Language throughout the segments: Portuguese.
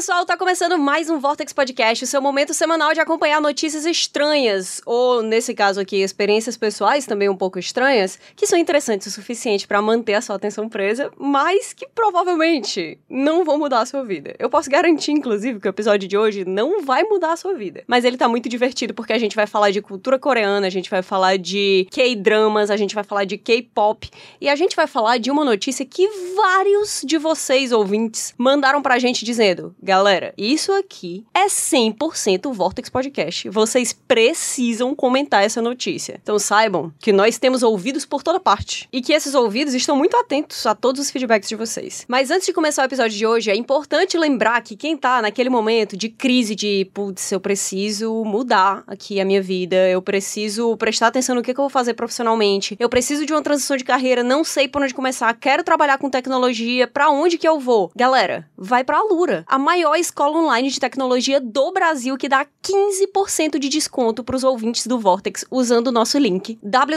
pessoal, tá começando mais um Vortex Podcast, o seu momento semanal de acompanhar notícias estranhas, ou nesse caso aqui, experiências pessoais também um pouco estranhas, que são interessantes o suficiente pra manter a sua atenção presa, mas que provavelmente não vão mudar a sua vida. Eu posso garantir, inclusive, que o episódio de hoje não vai mudar a sua vida, mas ele tá muito divertido porque a gente vai falar de cultura coreana, a gente vai falar de K-dramas, a gente vai falar de K-pop, e a gente vai falar de uma notícia que vários de vocês, ouvintes, mandaram pra gente dizendo: galera, isso aqui é 100% Vortex Podcast. Vocês precisam comentar essa notícia. Então saibam que nós temos ouvidos por toda parte. E que esses ouvidos estão muito atentos a todos os feedbacks de vocês. Mas antes de começar o episódio de hoje, é importante lembrar que quem tá naquele momento de crise de, putz, eu preciso mudar aqui a minha vida, eu preciso prestar atenção no que eu vou fazer profissionalmente, eu preciso de uma transição de carreira, não sei por onde começar, quero trabalhar com tecnologia, pra onde que eu vou? Galera, vai pra Alura, a maior escola online de tecnologia do Brasil, que dá 15% de desconto pros ouvintes do Vortex usando o nosso link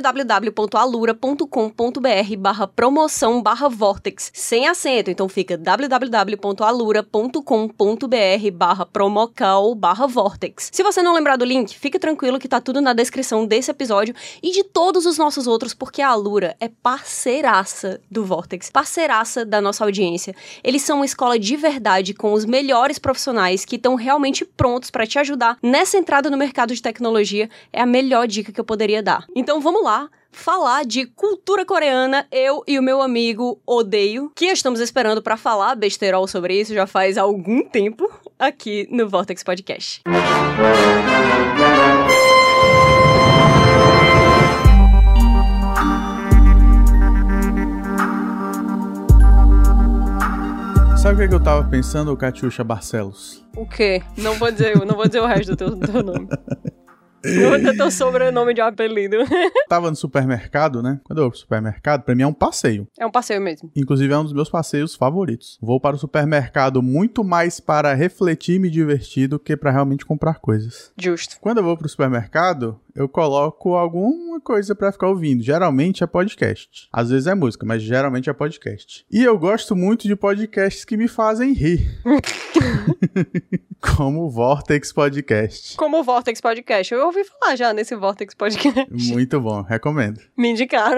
www.alura.com.br/promoção/Vortex, sem acento, então fica www.alura.com.br/promocal/Vortex. Se você não lembrar do link, fique tranquilo que tá tudo na descrição desse episódio e de todos os nossos outros, porque a Alura é parceiraça do Vortex, parceiraça da nossa audiência. Eles são uma escola de verdade com os melhores profissionais que estão realmente prontos para te ajudar nessa entrada no mercado de tecnologia. É a melhor dica que eu poderia dar. Então vamos lá falar de cultura coreana, eu e o meu amigo Odeio, que estamos esperando para falar besterol sobre isso já faz algum tempo aqui no Vortex Podcast. Sabe o que eu tava pensando, Catiuxa Barcelos? O quê? Não vou dizer o resto do teu nome. Não vou ter teu sobrenome de apelido. Tava no supermercado, né? Quando eu vou pro supermercado, pra mim é um passeio. É um passeio mesmo. Inclusive é um dos meus passeios favoritos. Vou para o supermercado muito mais para refletir e me divertir do que pra realmente comprar coisas. Justo. Quando eu vou pro supermercado, eu coloco alguma coisa pra ficar ouvindo. Geralmente é podcast. Às vezes é música, mas geralmente é podcast. E eu gosto muito de podcasts que me fazem rir. Como o Vortex Podcast. Como o Vortex Podcast. Eu ouvi falar já nesse Vortex Podcast. Muito bom, recomendo. Me indicaram.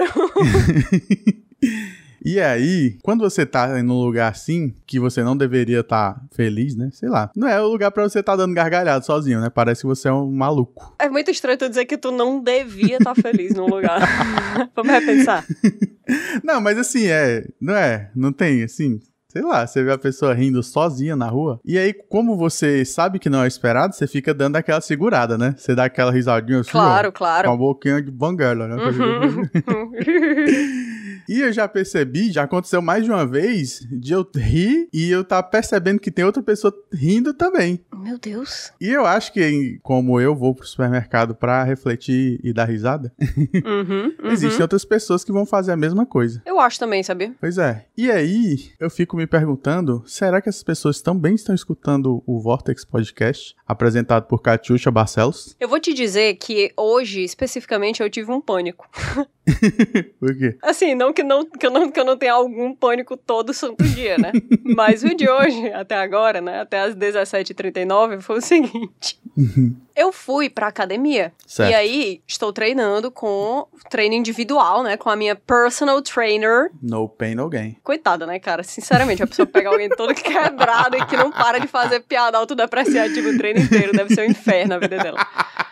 E aí, quando você tá em um lugar assim, que você não deveria estar feliz, né? Sei lá. Não é o lugar pra você estar dando gargalhado sozinho, né? Parece que você é um maluco. É muito estranho tu dizer que tu não devia estar feliz num lugar. Vamos repensar. Não, mas assim, não tem, assim... Sei lá, você vê a pessoa rindo sozinha na rua. E aí, como você sabe que não é esperado, você fica dando aquela segurada, né? Você dá aquela risadinha assim, claro, ó, claro. com a boquinha de banguela, né? E eu já percebi, já aconteceu mais de uma vez, de eu rir e eu tá percebendo que tem outra pessoa rindo também. Meu Deus. E eu acho que, como eu vou pro supermercado pra refletir e dar risada, existem outras pessoas que vão fazer a mesma coisa. Eu acho também, sabia? Pois é. E aí, eu fico me perguntando, será que essas pessoas também estão escutando o Vortex Podcast, apresentado por Catiuxa Barcelos? Eu vou te dizer que hoje, especificamente, eu tive um pânico. Por quê? Assim, não que eu não tenha algum pânico todo santo dia, né? Mas o de hoje, até agora, né? Até as 17h39, foi o seguinte. Eu fui pra academia. Certo. E aí, estou treinando com treino individual, né? Com a minha personal trainer. No pain, no gain. Coitada, né, cara? Sinceramente, a pessoa pega alguém todo quebrado e que não para de fazer piada autodepreciativa o treino inteiro. Deve ser um inferno a vida dela.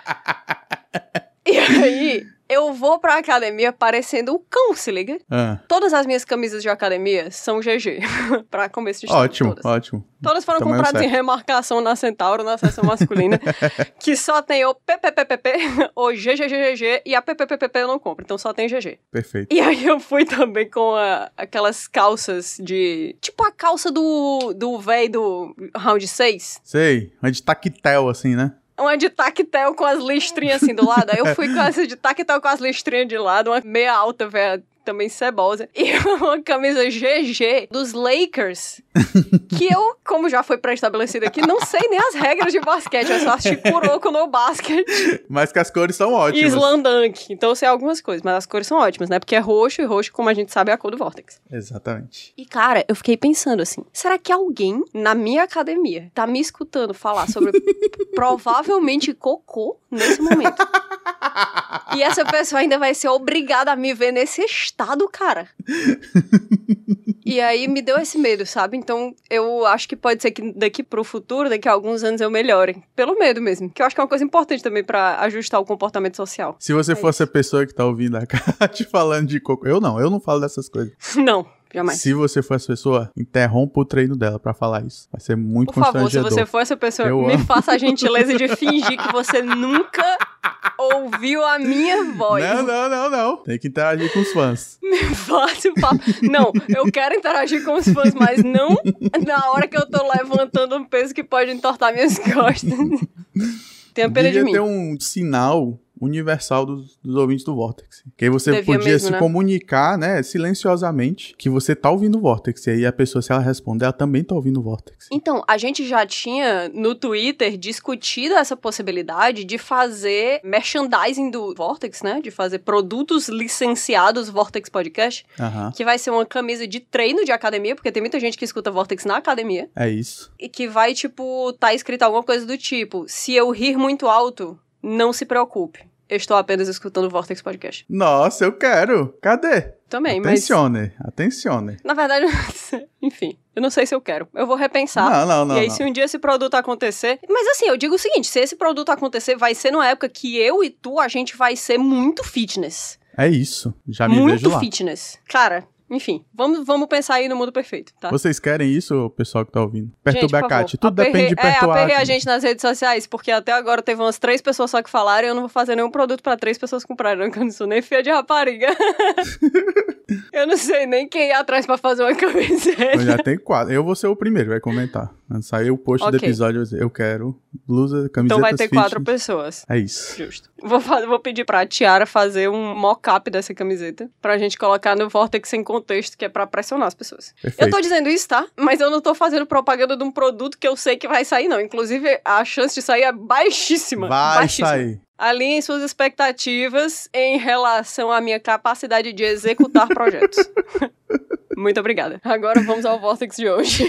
E aí... eu vou pra academia parecendo um cão, se liga? Todas as minhas camisas de academia são GG. Pra começo de história. Ótimo, todas. ótimo. Todas foram Tamanho compradas em certo. remarcação na Centauro, na seção masculina. Que só tem o PPPPP, o GGGG e a PPPPP eu não compro. Então só tem GG. Perfeito. E aí eu fui também com aquelas calças de... tipo a calça do véi do Round 6. Sei, uma de tactel assim, né? Uma de tactel com as listrinhas assim do lado. Aí eu fui com essa de tactel com as listrinhas de lado, uma meia alta, velho, também cebosa, e uma camisa GG dos Lakers, que eu, como já foi pré-estabelecido aqui, não sei nem as regras de basquete, eu só assisti Kuroko no basquete. Mas que as cores são ótimas. E Slam Dunk, então eu sei algumas coisas, mas as cores são ótimas, né? Porque é roxo, e roxo, como a gente sabe, é a cor do Vortex. Exatamente. E, cara, eu fiquei pensando assim, será que alguém na minha academia tá me escutando falar sobre provavelmente cocô nesse momento? E essa pessoa ainda vai ser obrigada a me ver nesse estado, cara. E aí me deu esse medo, sabe? Então eu acho que pode ser que daqui pro futuro, daqui a alguns anos eu melhore. Pelo medo mesmo. Que eu acho que é uma coisa importante também pra ajustar o comportamento social. Se você fosse a pessoa que tá ouvindo a Kátia falando de cocô... Eu não falo dessas coisas. Não. Jamais. Se você for essa pessoa, interrompa o treino dela pra falar isso. Vai ser muito constrangedor. Por favor, se você for essa pessoa, me faça a gentileza de fingir que você nunca ouviu a minha voz. Não. Tem que interagir com os fãs. Me faça o papo. Não, eu quero interagir com os fãs, mas não na hora que eu tô levantando um peso que pode entortar minhas costas. Tenha pena de mim. Devia ter um sinal universal dos ouvintes do Vortex. Que aí você podia mesmo, se comunicar, né, silenciosamente, que você tá ouvindo o Vortex. E aí a pessoa, se ela responder, ela também tá ouvindo o Vortex. Então, a gente já tinha no Twitter discutido essa possibilidade de fazer merchandising do Vortex, né? De fazer produtos licenciados Vortex Podcast. Que vai ser uma camisa de treino de academia, porque tem muita gente que escuta Vortex na academia. É isso. E que vai, tipo, tá escrito alguma coisa do tipo, se eu rir muito alto, não se preocupe. Eu estou apenas escutando o Vortex Podcast. Nossa, eu quero. Cadê? Também, Atencione. Na verdade, enfim, eu não sei se eu quero. Eu vou repensar. Não. E aí, se um dia esse produto acontecer... Mas assim, eu digo o seguinte, se esse produto acontecer, vai ser numa época que eu e tu, a gente vai ser muito fitness. É isso. Já me vejo lá. Muito fitness. Cara... Enfim, vamos pensar aí no mundo perfeito, tá? Vocês querem isso, pessoal que tá ouvindo? Perturbe a Kátia. Tudo depende de perturbar. Aperrei a gente nas redes sociais, porque até agora teve umas 3 pessoas só que falaram e eu não vou fazer nenhum produto pra 3 pessoas comprarem, não, que eu não sou nem feia de rapariga. Eu não sei nem quem ir atrás pra fazer uma camiseta. Já tem 4. Eu vou ser o primeiro, vai comentar. Quando sair o post do episódio, eu vou dizer, eu quero blusa, camiseta. Então vai ter 4 pessoas. É isso. Justo. Vou pedir pra Tiara fazer um mock-up dessa camiseta, pra gente colocar no Vortex sem contexto, que é pra pressionar as pessoas. Perfeito. Eu tô dizendo isso, tá? Mas eu não tô fazendo propaganda de um produto que eu sei que vai sair, não. Inclusive, a chance de sair é baixíssima. Vai sair. Alinhem suas expectativas em relação à minha capacidade de executar projetos. Muito obrigada. Agora vamos ao Vortex de hoje.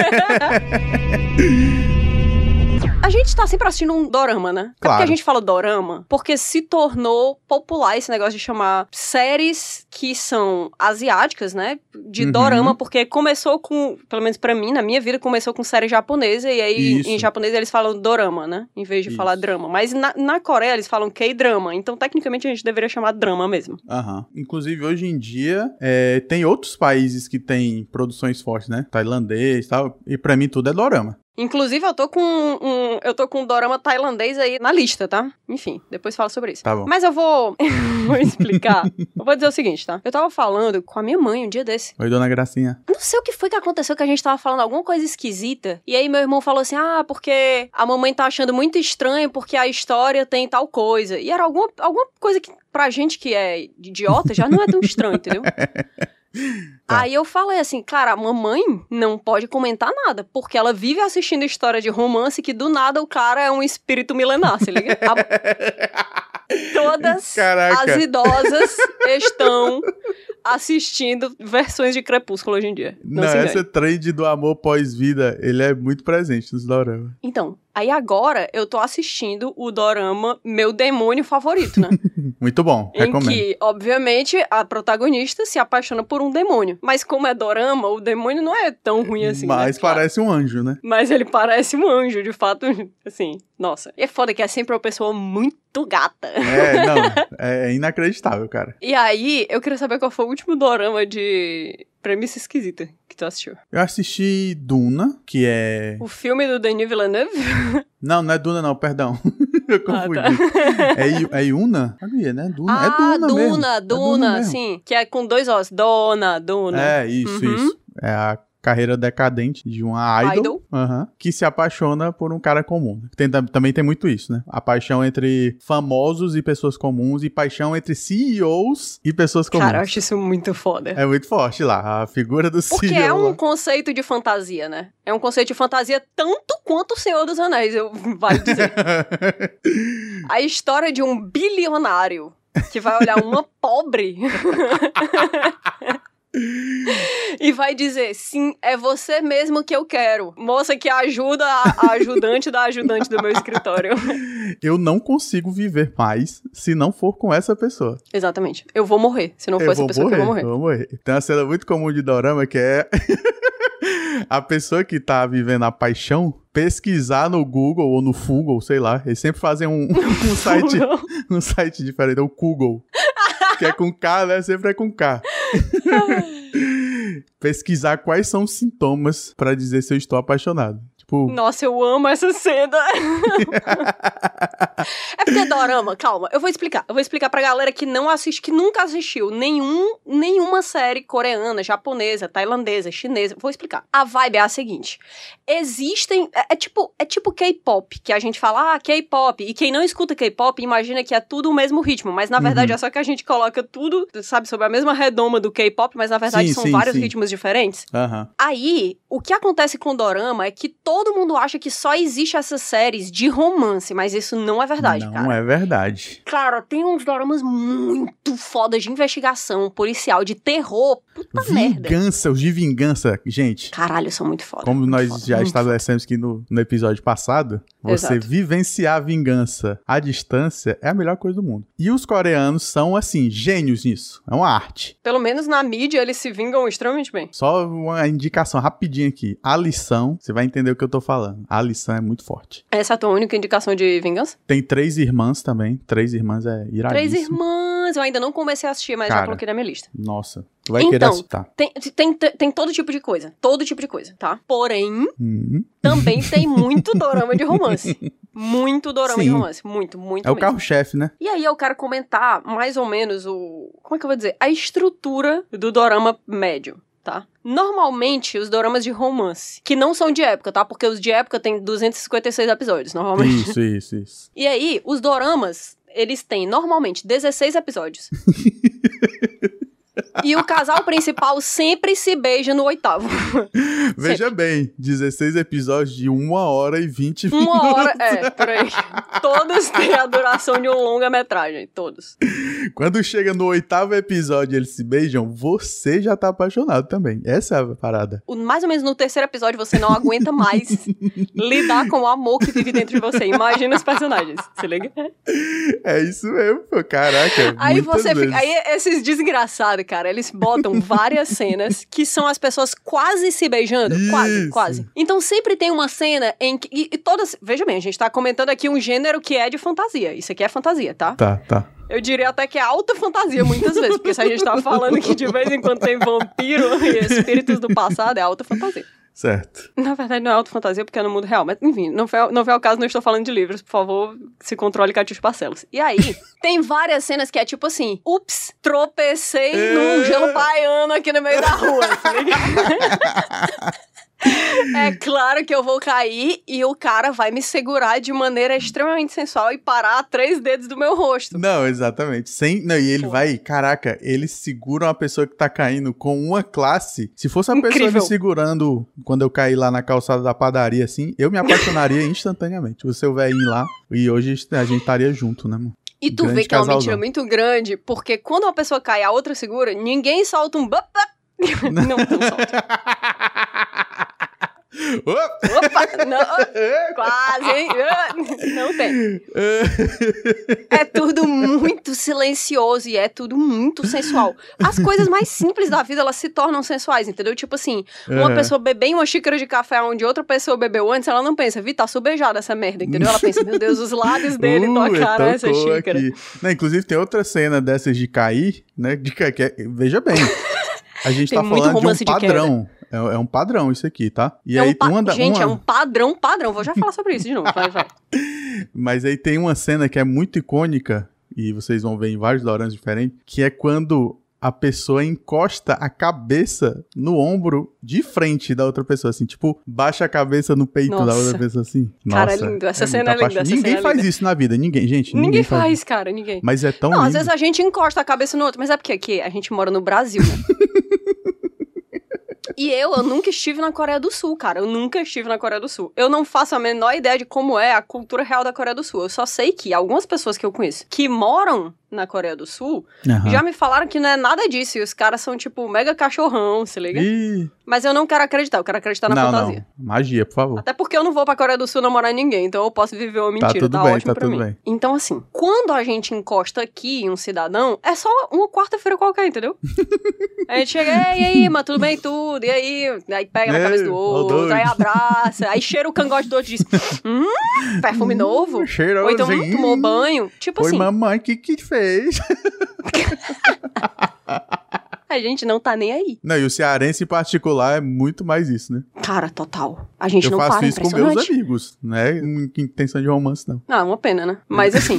A gente tá sempre assistindo um dorama, né? Claro. É porque a gente fala dorama, porque se tornou popular esse negócio de chamar séries que são asiáticas, né? De dorama, porque começou com, pelo menos pra mim, na minha vida, começou com série japonesa, e aí em japonês eles falam dorama, né? Em vez de falar drama. Mas na Coreia eles falam K-drama, então tecnicamente a gente deveria chamar drama mesmo. Inclusive, hoje em dia, tem outros países que têm produções fortes, né? Tailandês e tal, e pra mim tudo é dorama. Inclusive, eu tô com um dorama tailandês aí na lista, tá? Enfim, depois falo sobre isso. Tá bom. Mas eu vou explicar. Eu vou dizer o seguinte, tá? Eu tava falando com a minha mãe um dia desse. Oi, dona Gracinha. Não sei o que foi que aconteceu, que a gente tava falando alguma coisa esquisita. E aí meu irmão falou assim, porque a mamãe tá achando muito estranho porque a história tem tal coisa. E era alguma coisa que pra gente que é idiota já não é tão estranho, entendeu? Tá. Aí eu falei assim, cara, a mamãe não pode comentar nada, porque ela vive assistindo história de romance que do nada o cara é um espírito milenar, se liga? Todas as idosas estão assistindo versões de Crepúsculo hoje em dia. Não, essa trend do amor pós-vida, ele é muito presente nos doramas. Então, aí agora eu tô assistindo o dorama Meu Demônio Favorito, né? Muito bom, recomendo. Em que, obviamente, a protagonista se apaixona por um demônio. Mas como é dorama, o demônio não é tão ruim assim, Mas né? parece um anjo, né? Mas ele parece um anjo, de fato, assim, nossa. E é foda que é sempre uma pessoa muito gata. É inacreditável, cara. E aí, eu queria saber qual foi o último dorama de premissa esquisita que tu assistiu. Eu assisti Duna, que é... O filme do Denis Villeneuve? Não é Duna não, perdão. Eu confundi. Tá. É Yuna? Né? Duna. É Duna mesmo. Duna, mesmo. sim. Que é com 2 Os. Duna. É, isso. É a carreira decadente de uma idol. Que se apaixona por um cara comum. Também tem muito isso, né? A paixão entre famosos e pessoas comuns e paixão entre CEOs e pessoas comuns. Cara, eu acho isso muito foda. É muito forte lá, a figura do CEO. Porque é um conceito de fantasia, né? É um conceito de fantasia tanto quanto o Senhor dos Anéis, eu vale dizer. A história de um bilionário que vai olhar uma pobre e vai dizer, sim, é você mesmo que eu quero. Moça que ajuda a ajudante da ajudante do meu escritório. Eu não consigo viver mais se não for com essa pessoa. Exatamente. Eu vou morrer. Se não for essa pessoa, eu vou morrer. Eu vou morrer. Tem uma cena muito comum de dorama que é a pessoa que tá vivendo a paixão pesquisar no Google ou no Fugle, sei lá. Eles sempre fazem um site diferente, é o Google. Que é com K, né? Sempre é com K. Pesquisar quais são os sintomas pra dizer se eu estou apaixonado. Tipo... Nossa, eu amo essa cena. É porque dorama, calma, eu vou explicar pra galera que não assiste, que nunca assistiu nenhuma série coreana, japonesa, tailandesa, chinesa. Vou explicar. A vibe é a seguinte: existem, é tipo K-pop, que a gente fala, K-pop, e quem não escuta K-pop imagina que é tudo o mesmo ritmo, mas na verdade é só que a gente coloca tudo, sabe, sobre a mesma redoma do K-pop, mas na verdade são vários ritmos diferentes. Aí, o que acontece com o dorama é que todo mundo acha que só existe essas séries de romance, mas isso não é verdade, cara. Não é verdade. Cara, tem uns doramas muito fodas de investigação policial, de terror. Puta merda. Vingança, os de vingança, gente. Caralho, são muito foda. Como muito nós foda, já estabelecemos aqui no episódio passado, você vivenciar a vingança à distância é a melhor coisa do mundo. E os coreanos são, assim, gênios nisso. É uma arte. Pelo menos na mídia, eles se vingam extremamente bem. Só uma indicação rapidinha aqui. A lição, você vai entender o que eu tô falando. A lição é muito forte. Essa é a tua única indicação de vingança? Tem 3 irmãs também. 3 irmãs é iradíssimo. 3 irmãs! Eu ainda não comecei a assistir, mas já coloquei na minha lista. Nossa. Tu vai querer assistir. Tem todo tipo de coisa. Todo tipo de coisa, tá? Porém, também tem muito dorama de romance. Muito dorama de romance. Muito É o carro-chefe, né? E aí eu quero comentar mais ou menos como é que eu vou dizer? A estrutura do dorama médio, tá? Normalmente, os doramas de romance, que não são de época, tá? Porque os de época tem 256 episódios, normalmente. Isso. E aí, os doramas, eles têm, normalmente, 16 episódios. E o casal principal sempre se beija no 8º. Veja bem, 16 episódios de 1 hora e 20 minutos. 1 hora, por aí. Todos têm a duração de um longa-metragem, todos. Quando chega no 8º episódio e eles se beijam, você já tá apaixonado também. Essa é a parada. Mais ou menos no 3º episódio você não aguenta mais lidar com o amor que vive dentro de você. Imagina os personagens, se liga? É isso mesmo, pô, caraca. Aí você fica... Aí esses desgraçados, cara, eles botam várias cenas que são as pessoas quase se beijando. Isso. Quase. Então sempre tem uma cena em que... E todas... Veja bem, a gente tá comentando aqui um gênero que é de fantasia. Isso aqui é fantasia, tá? Tá. Eu diria até que é alta fantasia muitas vezes, porque se a gente tá falando que de vez em quando tem vampiro e espíritos do passado, é alta fantasia. Certo. Na verdade não é alta fantasia porque é no mundo real, mas enfim, não foi ao caso, não estou falando de livros, por favor, se controle, Catiuxa Barcelos. E aí, tem várias cenas que é tipo assim, ups, tropecei num gelo baiano aqui no meio da rua, tá ligado? É claro que eu vou cair e o cara vai me segurar de maneira extremamente sensual e parar a 3 dedos do meu rosto. Não, exatamente. E ele vai... Caraca, eles seguram a pessoa que tá caindo com uma classe. Se fosse a pessoa me segurando quando eu caí lá na calçada da padaria, assim, eu me apaixonaria instantaneamente. O seu velhinho lá. E hoje a gente estaria junto, né, mano? E tu vê que é uma mentira muito grande, porque quando uma pessoa cai e a outra segura, ninguém solta um... Não solta. Opa, não, quase, hein? Não tem. É tudo muito silencioso e é tudo muito sensual. As coisas mais simples da vida, elas se tornam sensuais, entendeu? Tipo assim, uma pessoa beber em uma xícara de café onde outra pessoa bebeu antes, ela não pensa, tá subejada essa merda, entendeu? Ela pensa, meu Deus, os lábios dele tocaram essa xícara. Não, inclusive tem outra cena dessas de cair, né? Veja bem, a gente tá falando de um padrão. É um padrão isso aqui, tá? E aí é um padrão. Vou já falar sobre isso de novo, vai. Mas aí tem uma cena que é muito icônica, e vocês vão ver em vários doramas diferentes, que é quando a pessoa encosta a cabeça no ombro de frente da outra pessoa, assim, tipo, baixa a cabeça no peito da outra pessoa, assim. Cara, Nossa, é lindo, essa cena é linda. Ninguém faz isso na vida, ninguém, gente. Ninguém faz, cara, ninguém. Mas é tão Não, lindo. às vezes a gente encosta a cabeça no outro, mas é porque aqui a gente mora no Brasil, né? E eu nunca estive na Coreia do Sul, cara. Eu nunca estive na Coreia do Sul. Eu não faço a menor ideia de como é a cultura real da Coreia do Sul. Eu só sei que algumas pessoas que eu conheço que moram na Coreia do Sul já me falaram que não é nada disso. E os caras são, tipo, mega cachorrão, se liga? Mas eu não quero acreditar. Eu quero acreditar na fantasia. Não. Magia, por favor. Até porque eu não vou pra Coreia do Sul namorar ninguém. Então eu posso viver uma mentira. Tá bem, ótimo pra mim. Bem. Então, assim, quando a gente encosta aqui em um cidadão, é só uma quarta-feira qualquer, entendeu? A gente chega, e aí, mas tudo bem, tudo. E aí pega na cabeça do outro, aí abraça, aí cheira o cangote do outro e diz, perfume novo. Cheiroso. Ou então, tomou banho. Tipo assim. Oi, mamãe, o que fez? A gente não tá nem aí. Não, e o cearense em particular é muito mais isso, né? Cara, total. A gente não para, Eu faço isso com meus amigos, né? Com intenção de romance, não. Ah, uma pena, né? Mas assim...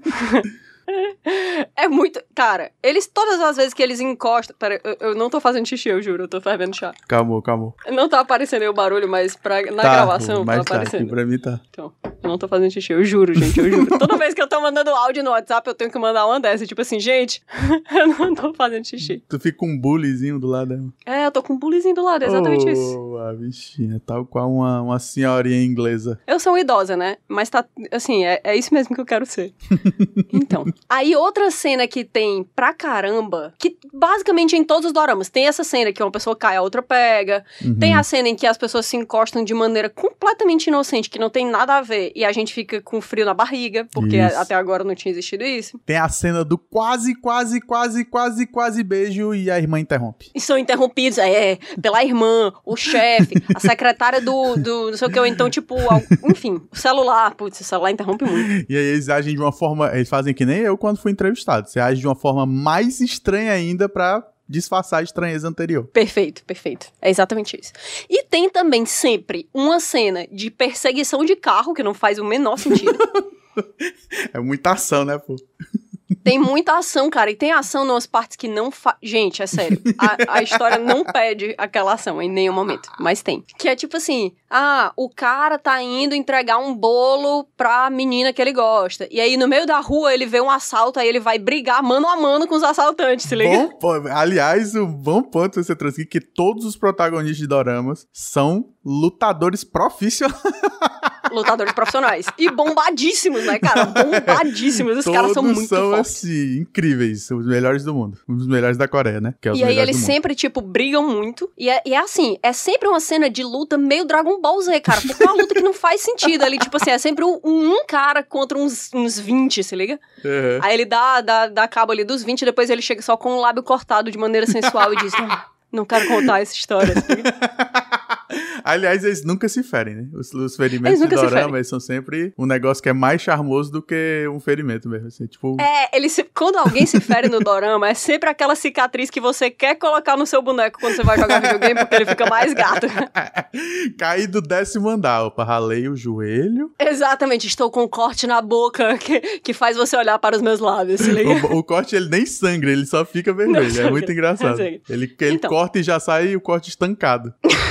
É muito... Cara, eles, todas as vezes que eles encostam... Pera, eu não tô fazendo xixi, eu juro. Eu tô fervendo chá. Calma. Não tá aparecendo aí o barulho, mas na gravação tá aparecendo. Aqui pra mim tá. Então, eu não tô fazendo xixi, eu juro, gente, eu juro. Toda vez que eu tô mandando áudio no WhatsApp, eu tenho que mandar uma dessa. Tipo assim, gente, eu não tô fazendo xixi. Tu fica com um bullyzinho do lado dela. É, eu tô com um bullyzinho do lado, exatamente isso. A bichinha, tal qual uma senhorinha inglesa. Eu sou idosa, né? Mas tá, assim, é isso mesmo que eu quero ser. Então, aí outra cena que tem pra caramba, que basicamente em todos os doramas, tem essa cena que uma pessoa cai, a outra pega, tem a cena em que as pessoas se encostam de maneira completamente inocente, que não tem nada a ver, e a gente fica com frio na barriga, porque até agora não tinha existido isso. Tem a cena do quase beijo e a irmã interrompe. E são interrompidos, pela irmã, o chefe, a secretária do não sei o que, ou então, tipo, enfim, o celular, putz, o celular interrompe muito. E aí eles agem de uma forma, eles fazem que nem eu quando fui entrevistado, você age de uma forma mais estranha ainda pra disfarçar a estranheza anterior. Perfeito. É exatamente isso. E tem também sempre uma cena de perseguição de carro, que não faz o menor sentido. É muita ação, né, pô? Tem muita ação, cara, e tem ação nas partes que não Gente, é sério, a história não pede aquela ação em nenhum momento, mas tem. Que é tipo assim, o cara tá indo entregar um bolo pra menina que ele gosta, e aí no meio da rua ele vê um assalto, aí ele vai brigar mano a mano com os assaltantes, se liga? Aliás, um bom ponto você trouxe aqui, que todos os protagonistas de doramas são lutadores profissionais. Lutadores profissionais. E bombadíssimos, né, cara? Bombadíssimos. Os caras são muito fortes. Assim, incríveis. Os melhores do mundo. Os melhores da Coreia, né? Que é os e aí eles sempre, tipo, brigam muito. E é assim, é sempre uma cena de luta meio Dragon Ball Z, cara. Porque é uma luta que não faz sentido ali. Tipo assim, é sempre um cara contra uns 20, se liga? Uhum. Aí ele dá cabo ali dos 20 e depois ele chega só com o lábio cortado de maneira sensual e diz... Não quero contar essa história. Aliás, eles nunca se ferem, né? Os ferimentos de dorama, eles são sempre um negócio que é mais charmoso do que um ferimento mesmo. Assim, tipo... Quando alguém se fere no dorama, é sempre aquela cicatriz que você quer colocar no seu boneco quando você vai jogar videogame, porque ele fica mais gato. Caí do 10º andar, opa, ralei o joelho. Exatamente, estou com um corte na boca que faz você olhar para os meus lábios, se liga? O corte, ele nem sangra, ele só fica vermelho, é muito engraçado. Ele então, corta e já sai o corte estancado.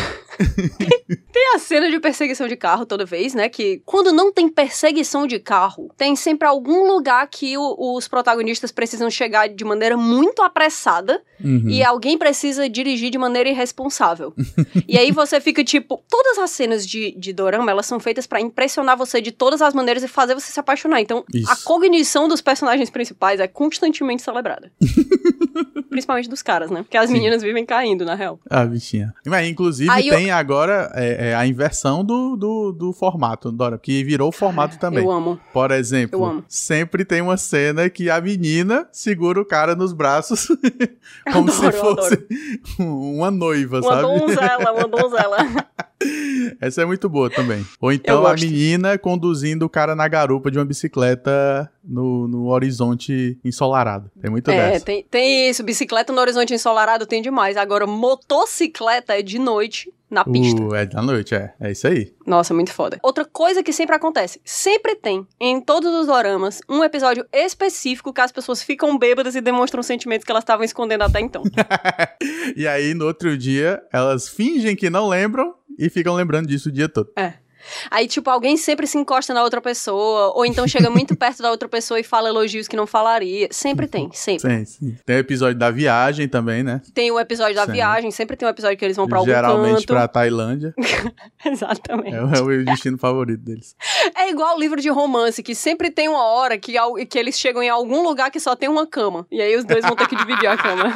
Tem a cena de perseguição de carro toda vez, né? Que quando não tem perseguição de carro, tem sempre algum lugar que os protagonistas precisam chegar de maneira muito apressada e alguém precisa dirigir de maneira irresponsável. E aí você fica tipo... Todas as cenas de dorama, elas são feitas pra impressionar você de todas as maneiras e fazer você se apaixonar. Então, a cognição dos personagens principais é constantemente celebrada. Principalmente dos caras, né? Porque as meninas vivem caindo, na real. Bichinha. Mas, inclusive, tem agora a inversão do formato, Dora, que virou o formato também. Eu amo. Por exemplo, sempre tem uma cena que a menina segura o cara nos braços como se fosse uma noiva, sabe? Uma donzela. Essa é muito boa também. Ou então a menina conduzindo o cara na garupa de uma bicicleta no horizonte ensolarado. Tem muito dessa. Tem isso. Bicicleta no horizonte ensolarado tem demais. Agora, motocicleta é de noite na pista. É da noite, é isso aí. Nossa, muito foda. Outra coisa que sempre acontece, sempre tem, em todos os doramas, um episódio específico que as pessoas ficam bêbadas e demonstram sentimentos que elas estavam escondendo até então. E aí, no outro dia, elas fingem que não lembram e ficam lembrando disso o dia todo. Aí, tipo, alguém sempre se encosta na outra pessoa, ou então chega muito perto da outra pessoa e fala elogios que não falaria. Sempre tem, sempre. Sim. Tem o episódio da viagem também, né? Tem o episódio da viagem, sempre tem um episódio que eles vão pra algum Geralmente canto. pra Tailândia. Exatamente. É o destino favorito deles. É igual o livro de romance, que sempre tem uma hora que eles chegam em algum lugar que só tem uma cama. E aí os dois vão ter que dividir a cama.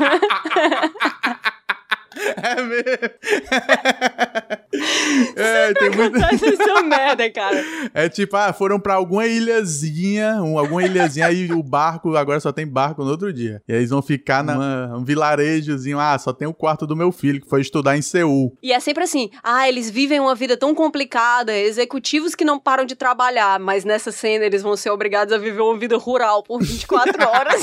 É mesmo. Tem muito... essa merda, cara. É tipo, foram pra alguma ilhazinha, aí o barco, agora só tem barco no outro dia. E aí eles vão ficar num vilarejozinho, só tem o quarto do meu filho, que foi estudar em Seul. E é sempre assim, eles vivem uma vida tão complicada, executivos que não param de trabalhar, mas nessa cena eles vão ser obrigados a viver uma vida rural por 24 horas.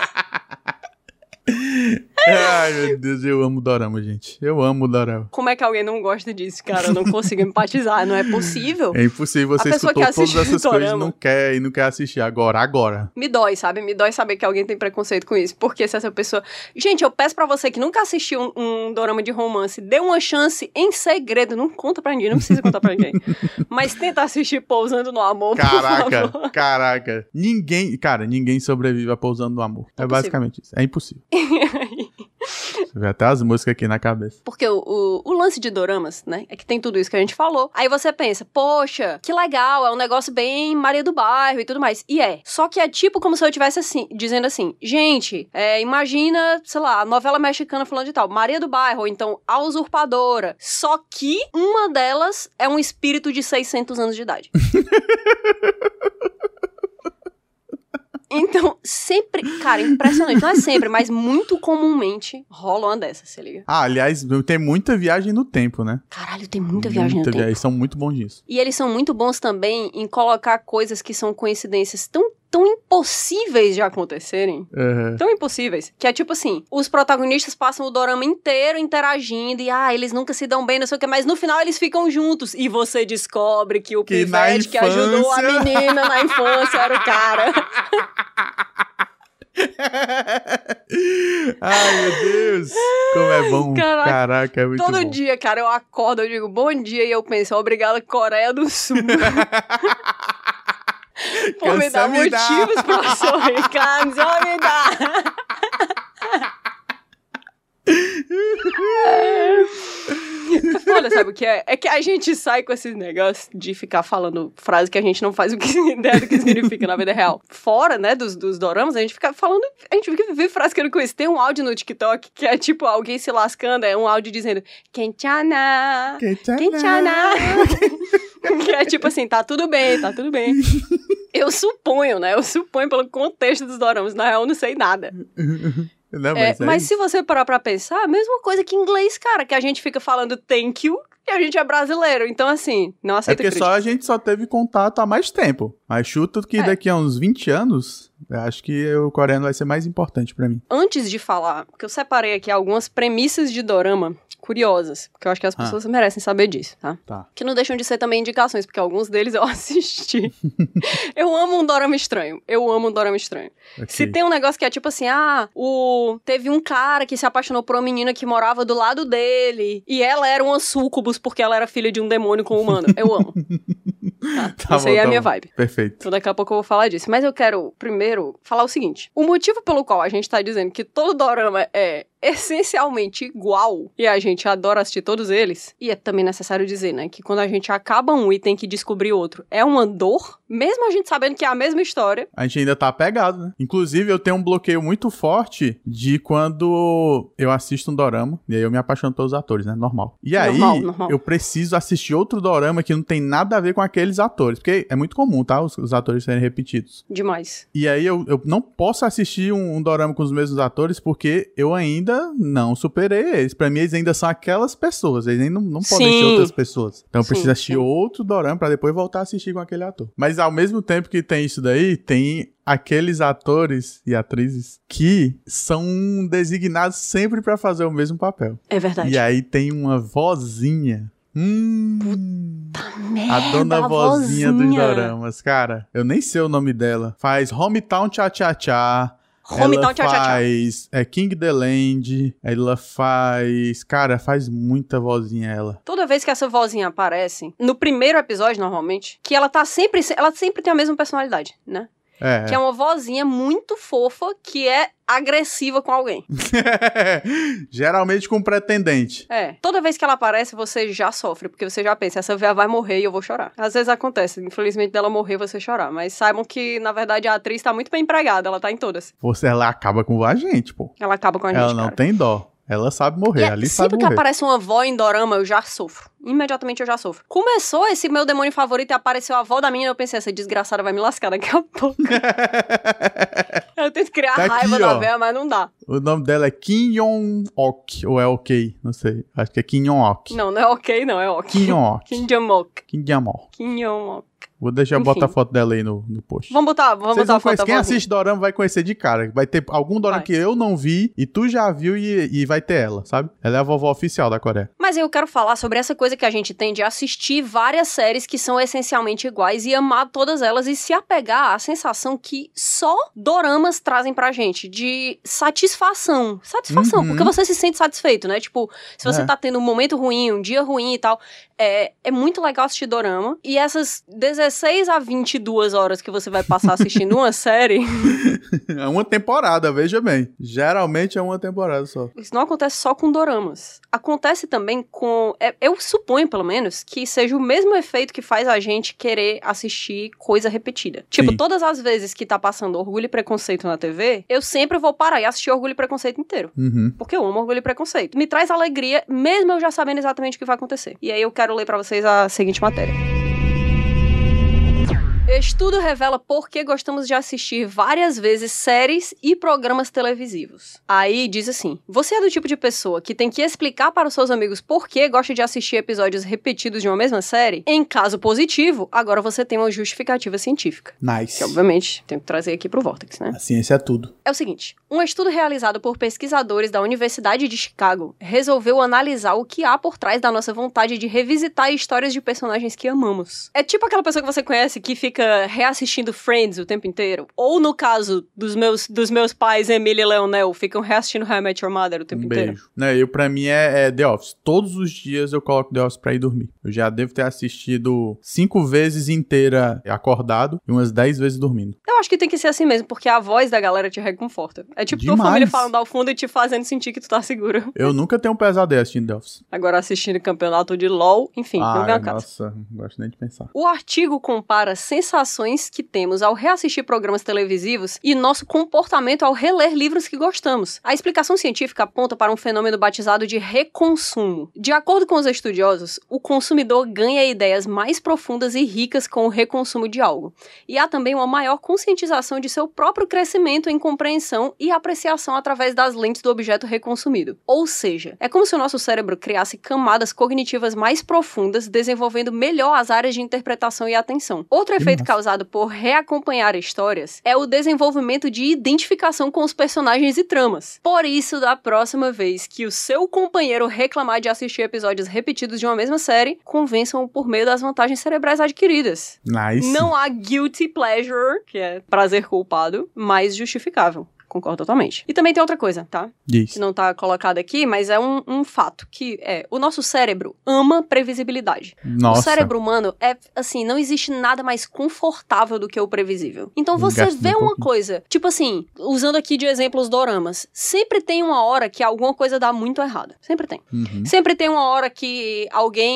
Ai, meu Deus, eu amo dorama, gente. Eu amo dorama. Como é que alguém não gosta disso, cara? Eu não consigo empatizar, não é possível. É impossível, você escutou todas essas coisas e não quer assistir agora. Me dói, sabe? Me dói saber que alguém tem preconceito com isso. Porque se essa pessoa... Gente, eu peço pra você que nunca assistiu um dorama de romance, dê uma chance em segredo. Não conta pra ninguém, não precisa contar pra ninguém. Mas tenta assistir Pousando no Amor, por favor. Caraca. Ninguém sobrevive a Pousando no Amor. É basicamente isso. É impossível. Você vê até as músicas aqui na cabeça. Porque o lance de doramas, né, é que tem tudo isso que a gente falou. Aí você pensa, poxa, que legal, é um negócio bem Maria do Bairro e tudo mais. E é. Só que é tipo como se eu estivesse assim, dizendo assim, gente, imagina, sei lá, a novela mexicana falando de tal, Maria do Bairro, ou então A Usurpadora. Só que uma delas é um espírito de 600 anos de idade. Então, sempre... Cara, impressionante. Não é sempre, mas muito comumente rola uma dessas, se liga. Aliás, tem muita viagem no tempo, né? Caralho, tem muita viagem no tempo. Eles são muito bons nisso. E eles são muito bons também em colocar coisas que são coincidências tão impossíveis de acontecerem. Tão impossíveis. Que é tipo assim, os protagonistas passam o dorama inteiro interagindo e, eles nunca se dão bem, não sei o que, mas no final eles ficam juntos. E você descobre que o pivete que ajudou a menina na infância era o cara. Ai, meu Deus. Como é bom. Caraca, é muito bom. Todo dia, cara, eu acordo, eu digo bom dia e eu penso, obrigada, Coreia do Sul. Por me dar motivos pra sorrir, cara, só me dá. Olha, sabe o que é? É que a gente sai com esses negócios de ficar falando frase que a gente não faz ideia do que significa na vida real. Fora, né, dos doramas, a gente fica falando, a gente fica vivendo frase que eu não conheço. Tem um áudio no TikTok que é tipo alguém se lascando, é um áudio dizendo Kenchana, Kenchana. Que é tipo assim, tá tudo bem. Eu suponho, né? Eu suponho pelo contexto dos doramas. Na real, eu não sei nada. Não, mas se você parar pra pensar, a mesma coisa que em inglês, cara, que a gente fica falando thank you e a gente é brasileiro. Então, assim, não aceita crítica. A gente só teve contato há mais tempo. Mas chuto que daqui a uns 20 anos, eu acho que o coreano vai ser mais importante pra mim. Antes de falar, porque eu separei aqui algumas premissas de dorama curiosas, porque eu acho que as pessoas merecem saber disso, tá? Que não deixam de ser também indicações, porque alguns deles eu assisti. Eu amo um dorama estranho. Okay. Se tem um negócio que é tipo assim, teve um cara que se apaixonou por uma menina que morava do lado dele, e ela era uma súcubus porque ela era filha de um demônio com um humano. Eu amo. Isso aí é a minha vibe. Perfeito. Então daqui a pouco eu vou falar disso. Mas eu quero primeiro falar o seguinte. O motivo pelo qual a gente tá dizendo que todo dorama é essencialmente igual e a gente adora assistir todos eles, e é também necessário dizer, né, que quando a gente acaba um e tem que descobrir outro, é uma dor Mesmo a gente sabendo que é a mesma história. A gente ainda tá apegado, né? Inclusive, eu tenho um bloqueio muito forte de quando eu assisto um dorama, e aí eu me apaixono pelos atores, né? Normal. E aí, Normal. eu preciso assistir outro dorama que não tem nada a ver com aqueles atores, porque é muito comum, tá? Os atores serem repetidos. Demais. E aí, eu não posso assistir um dorama com os mesmos atores, porque eu ainda não superei eles. Pra mim, eles ainda são aquelas pessoas, eles ainda não podem ser outras pessoas. Então, eu preciso assistir outro dorama pra depois voltar a assistir com aquele ator. Mas, ao mesmo tempo que tem isso daí, tem aqueles atores e atrizes que são designados sempre pra fazer o mesmo papel. É verdade. E aí tem uma vozinha. Puta merda, a dona vozinha dos doramas, cara. Eu nem sei o nome dela. Faz Hometown Cha-Cha-Cha. Hometown Cha-Cha-Cha. Faz King the Land. Ela faz... Cara, faz muita vozinha ela. Toda vez que essa vozinha aparece, no primeiro episódio, normalmente, que ela sempre tem a mesma personalidade, né? Que é uma vozinha muito fofa que é agressiva com alguém. Geralmente com um pretendente. Toda vez que ela aparece, você já sofre, porque você já pensa, essa véia vai morrer e eu vou chorar. Às vezes acontece, infelizmente, dela morrer e você chorar, mas saibam que, na verdade, a atriz tá muito bem empregada, ela tá em todas. Ela acaba com a gente, pô. Ela acaba com a gente, Ela não tem dó. Ela sabe morrer, ali sabe morrer. Sempre que aparece uma avó em dorama, eu já sofro. Imediatamente eu já sofro. Começou esse meu demônio favorito e apareceu a avó da menina, eu pensei, essa desgraçada vai me lascar daqui a pouco. Eu tento criar raiva da véia, mas não dá. O nome dela é Kim Yong-ok, ou é ok, não sei. Acho que é Kim Yong-ok. Não é ok, não, é ok. Kim Yong-ok. Kim Jong-ok. Kim Jong-ok. Kim Jong-ok. Vou deixar eu botar a foto dela aí no post. Vamos botar a foto. Quem assiste dorama vai conhecer de cara. Vai ter algum dorama que eu não vi e tu já viu e vai ter ela, sabe? Ela é a vovó oficial da Coreia. Mas eu quero falar sobre essa coisa que a gente tem de assistir várias séries que são essencialmente iguais e amar todas elas e se apegar à sensação que só doramas trazem pra gente, de satisfação. Porque você se sente satisfeito, né? Tipo, se você tá tendo um momento ruim, um dia ruim e tal, é muito legal assistir dorama. E essas 16 a 22 horas que você vai passar assistindo uma série... É uma temporada, veja bem. Geralmente é uma temporada só. Isso não acontece só com doramas. Acontece também com... eu suponho, pelo menos, que seja o mesmo efeito que faz a gente querer assistir coisa repetida. Tipo, todas as vezes que tá passando Orgulho e Preconceito na TV, eu sempre vou parar e assistir Orgulho e Preconceito inteiro. Porque eu amo Orgulho e Preconceito. Me traz alegria, mesmo eu já sabendo exatamente o que vai acontecer. E aí eu quero ler pra vocês a seguinte matéria. Estudo revela por que gostamos de assistir várias vezes séries e programas televisivos. Aí diz assim: você é do tipo de pessoa que tem que explicar para os seus amigos por que gosta de assistir episódios repetidos de uma mesma série? Em caso positivo, agora você tem uma justificativa científica. Nice. Que, obviamente, tenho que trazer aqui pro Vortex, né? A ciência é tudo. É o seguinte, um estudo realizado por pesquisadores da Universidade de Chicago resolveu analisar o que há por trás da nossa vontade de revisitar histórias de personagens que amamos. É tipo aquela pessoa que você conhece que fica reassistindo Friends o tempo inteiro. Ou no caso dos meus pais, Emília e Leonel, ficam reassistindo How I Met Your Mother o tempo inteiro. Pra mim é The Office. Todos os dias eu coloco The Office pra ir dormir. Eu já devo ter assistido 5 vezes inteira acordado e umas 10 vezes dormindo. Eu acho que tem que ser assim mesmo, porque a voz da galera te reconforta. É tipo tua família falando ao fundo e te fazendo sentir que tu tá seguro. Eu nunca tenho um pesadelo assistindo The Office. Agora assistindo campeonato de LOL, enfim, não vem a casa. Nossa, não gosto nem de pensar. O artigo compara sensações que temos ao reassistir programas televisivos e nosso comportamento ao reler livros que gostamos. A explicação científica aponta para um fenômeno batizado de reconsumo. De acordo com os estudiosos, o consumidor ganha ideias mais profundas e ricas com o reconsumo de algo. E há também uma maior conscientização de seu próprio crescimento em compreensão e apreciação através das lentes do objeto reconsumido. Ou seja, é como se o nosso cérebro criasse camadas cognitivas mais profundas, desenvolvendo melhor as áreas de interpretação e atenção. Outro efeito causado por reacompanhar histórias é o desenvolvimento de identificação com os personagens e tramas. Por isso, da próxima vez que o seu companheiro reclamar de assistir episódios repetidos de uma mesma série, convençam-o por meio das vantagens cerebrais adquiridas. Nice. Não há guilty pleasure, que é prazer culpado, mais justificável. Concordo totalmente. E também tem outra coisa, tá? Diz. Que não tá colocado aqui, mas é um fato, que é, o nosso cérebro ama previsibilidade. Nossa. O cérebro humano é, assim, não existe nada mais confortável do que o previsível. Então você vê uma coisa, tipo assim, usando aqui de exemplo os doramas, sempre tem uma hora que alguma coisa dá muito errado. Sempre tem. Sempre tem uma hora que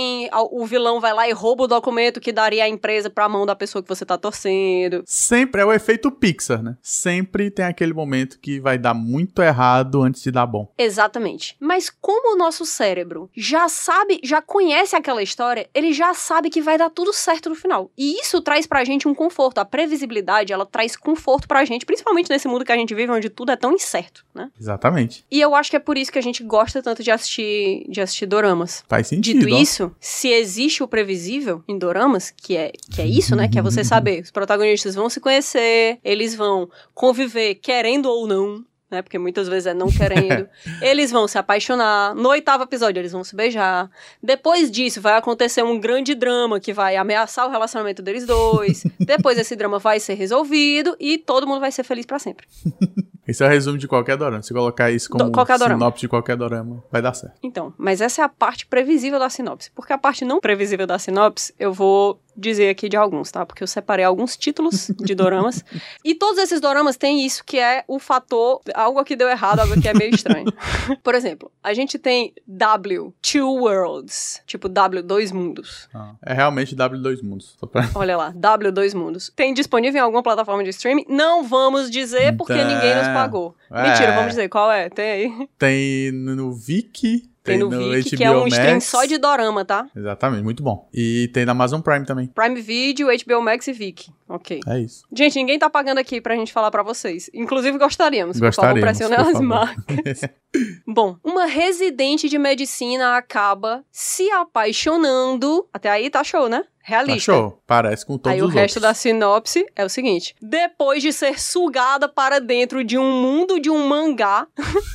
o vilão vai lá e rouba o documento que daria a empresa pra mão da pessoa que você tá torcendo. Sempre é o efeito Pixar, né? Sempre tem aquele momento que vai dar muito errado antes de dar bom. Exatamente. Mas como o nosso cérebro já sabe, já conhece aquela história, ele já sabe que vai dar tudo certo no final. E isso traz pra gente um conforto. A previsibilidade, ela traz conforto pra gente, principalmente nesse mundo que a gente vive, onde tudo é tão incerto, né? Exatamente. E eu acho que é por isso que a gente gosta tanto de assistir doramas. Faz sentido. Dito isso, se existe o previsível em doramas, que é isso, né? Que é você saber, os protagonistas vão se conhecer, eles vão conviver querendo ou não, né? Porque muitas vezes é não querendo. Eles vão se apaixonar. No 8º episódio, eles vão se beijar. Depois disso, vai acontecer um grande drama que vai ameaçar o relacionamento deles dois. Depois, esse drama vai ser resolvido e todo mundo vai ser feliz pra sempre. Esse é o resumo de qualquer dorama. Se colocar isso como sinopse de qualquer dorama, vai dar certo. Então, mas essa é a parte previsível da sinopse. Porque a parte não previsível da sinopse, eu vou dizer aqui de alguns, tá? Porque eu separei alguns títulos de doramas. E todos esses doramas têm isso, que é o fator... Algo que deu errado, algo que é meio estranho. Por exemplo, a gente tem W, Two Worlds. Tipo, W, dois mundos. É realmente W, dois mundos. Olha lá, W, dois mundos. Tem disponível em alguma plataforma de streaming? Não vamos dizer porque ninguém nos pagou. Mentira, vamos dizer. Qual é? Tem aí? Tem no Viki... Tem no Viki, que é um stream só de dorama, tá? Exatamente, muito bom. E tem na Amazon Prime também. Prime Video, HBO Max e Viki. Ok. É isso. Gente, ninguém tá pagando aqui pra gente falar pra vocês. Inclusive, gostaríamos. Por favor, pressionem as marcas. Bom, uma residente de medicina acaba se apaixonando. Até aí tá show, né? Realista. Tá show. Parece com todos os outros. Aí o resto da sinopse é o seguinte. Depois de ser sugada para dentro de um mundo de um mangá,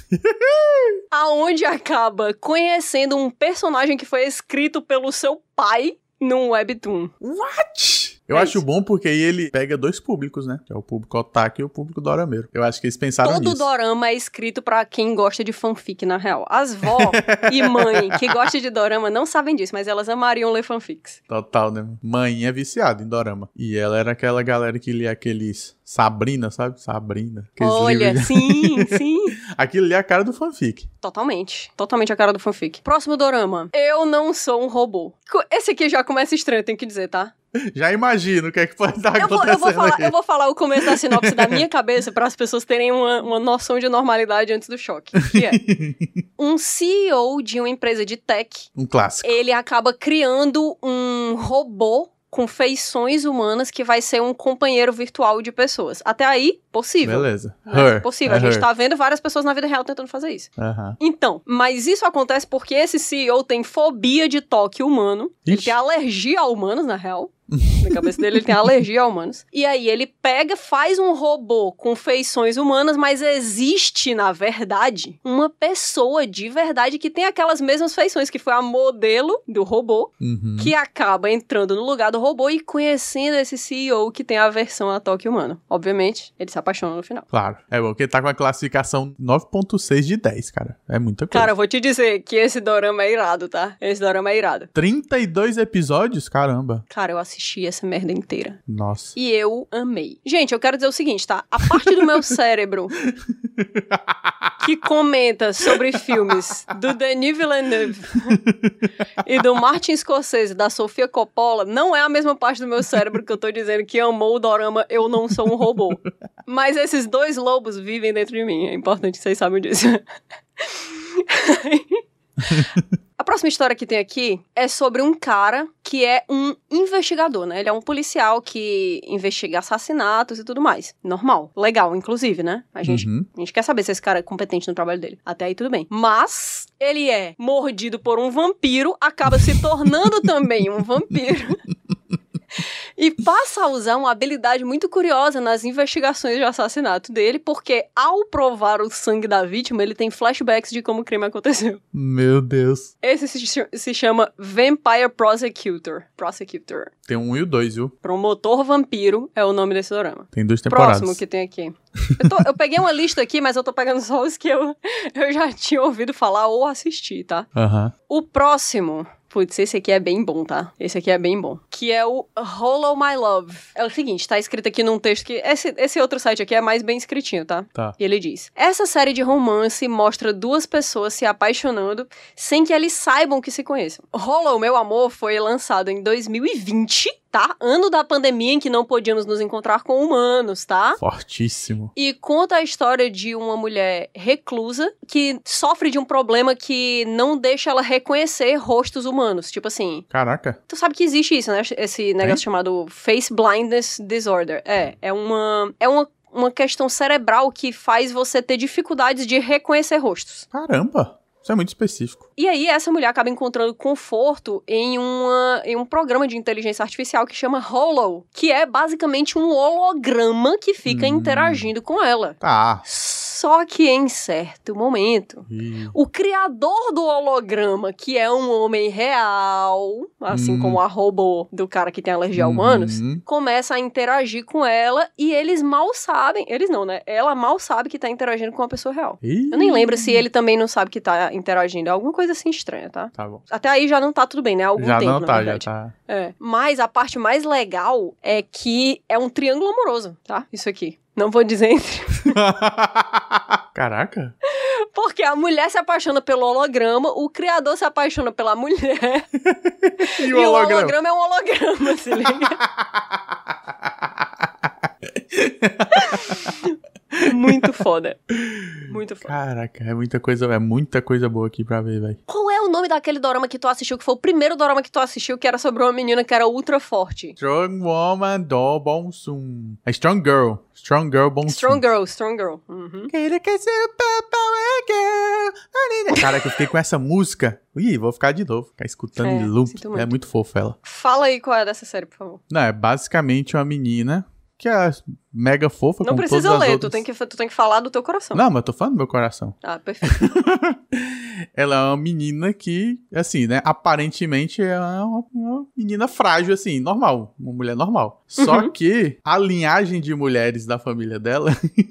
aonde acaba conhecendo um personagem que foi escrito pelo seu pai num webtoon. What? Eu acho bom porque aí ele pega dois públicos, né? Que é o público otaku e o público dorameiro. Eu acho que eles pensaram nisso. Todo dorama é escrito pra quem gosta de fanfic, na real. As vó e mãe que gostam de dorama não sabem disso, mas elas amariam ler fanfics. Total, né? Mãe é viciada em dorama. E ela era aquela galera que lia aqueles... Sabrina, sabe? Sabrina. Olha, sim, sim. Aquilo ali é a cara do fanfic. Totalmente. Totalmente a cara do fanfic. Próximo dorama. Eu não sou um robô. Esse aqui já começa estranho, tenho que dizer, tá? Já imagino o que é que pode estar acontecendo eu vou falar o começo da sinopse da minha cabeça para as pessoas terem uma noção de normalidade antes do choque. Que é um CEO de uma empresa de tech. Um clássico. Ele acaba criando um robô com feições humanas que vai ser um companheiro virtual de pessoas. Até aí, possível. Beleza. Possível. A gente tá vendo várias pessoas na vida real tentando fazer isso. Então, mas isso acontece porque esse CEO tem fobia de toque humano. Ixi. Ele tem alergia a humanos, na real. Na cabeça dele, ele tem alergia a humanos. E aí, ele faz um robô com feições humanas, mas existe, na verdade, uma pessoa de verdade que tem aquelas mesmas feições, que foi a modelo do robô, que acaba entrando no lugar do robô e conhecendo esse CEO que tem aversão a toque humano. Obviamente, ele se apaixona no final. Claro. É bom, porque tá com a classificação 9.6 de 10, cara. É muita coisa. Cara, eu vou te dizer que esse dorama é irado, tá? Esse dorama é irado. 32 episódios? Caramba. Cara, eu assisti essa merda inteira. Nossa. E eu amei. Gente, eu quero dizer o seguinte, tá? A parte do meu cérebro que comenta sobre filmes do Denis Villeneuve e do Martin Scorsese, da Sofia Coppola, não é a mesma parte do meu cérebro que eu tô dizendo que amou o dorama Eu Não Sou um Robô. Mas esses dois lobos vivem dentro de mim. É importante que vocês saibam disso. A próxima história que tem aqui é sobre um cara que é um investigador, né? Ele é um policial que investiga assassinatos e tudo mais. Normal. Legal, inclusive, né? A gente quer saber se esse cara é competente no trabalho dele. Até aí tudo bem. Mas ele é mordido por um vampiro, acaba se tornando também um vampiro. E passa a usar uma habilidade muito curiosa nas investigações de assassinato dele, porque ao provar o sangue da vítima, ele tem flashbacks de como o crime aconteceu. Meu Deus. Esse se chama Vampire Prosecutor. Tem um e o 2, viu? Promotor Vampiro é o nome desse dorama. Tem 2 temporadas. Próximo que tem aqui. Eu peguei uma lista aqui, mas eu tô pegando só os que eu já tinha ouvido falar ou assistir, tá? Aham. O próximo... Putz, esse aqui é bem bom, tá? Esse aqui é bem bom. Que é o Hollow My Love. É o seguinte, tá escrito aqui num texto que... Esse outro site aqui é mais bem escritinho, tá? Tá. E ele diz... Essa série de romance mostra duas pessoas se apaixonando sem que eles saibam que se conheçam. Hollow, Meu Amor, foi lançado em 2020... tá? Ano da pandemia em que não podíamos nos encontrar com humanos, tá? Fortíssimo. E conta a história de uma mulher reclusa que sofre de um problema que não deixa ela reconhecer rostos humanos. Tipo assim... Caraca. Tu sabe que existe isso, né? Esse negócio chamado Face Blindness Disorder. É uma questão cerebral que faz você ter dificuldades de reconhecer rostos. Caramba. Isso é muito específico. E aí, essa mulher acaba encontrando conforto em um programa de inteligência artificial que chama Hollow, que é basicamente um holograma que fica interagindo com ela. Tá. Só que em certo momento, o criador do holograma, que é um homem real, assim como a robô do cara que tem alergia a humanos, começa a interagir com ela e eles mal sabem, eles não, né? Ela mal sabe que tá interagindo com uma pessoa real. Eu nem lembro se ele também não sabe que tá interagindo, é alguma coisa assim estranha, tá? Tá bom. Até aí já não tá tudo bem, né? Há algum já tempo, não na tá, verdade. já tá. É. Mas a parte mais legal é que é um triângulo amoroso, tá? Isso aqui. Não vou dizer entre... Caraca. Porque a mulher se apaixona pelo holograma, o criador se apaixona pela mulher. E o holograma é um holograma, se liga? Muito foda. Muito foda. Caraca, é muita coisa boa aqui pra ver, velho. Qual é o nome daquele dorama que tu assistiu, que foi o primeiro dorama que tu assistiu, que era sobre uma menina que era ultra forte? Strong Woman do Bonsum. É Strong Girl. Strong Girl Bonsum. Strong Girl. Uhum. Caraca, eu fiquei com essa música. Ih, vou ficar de novo. Ficar escutando em loop. É muito fofa ela. Fala aí qual é dessa série, por favor. Não, é basicamente uma menina que é mega fofa. Não precisa ler, tu tem que falar do teu coração. Não, mas eu tô falando do meu coração. Ah, perfeito. Ela é uma menina que, assim, né, aparentemente é uma menina frágil, assim, normal, uma mulher normal. Só que a linhagem de mulheres da família dela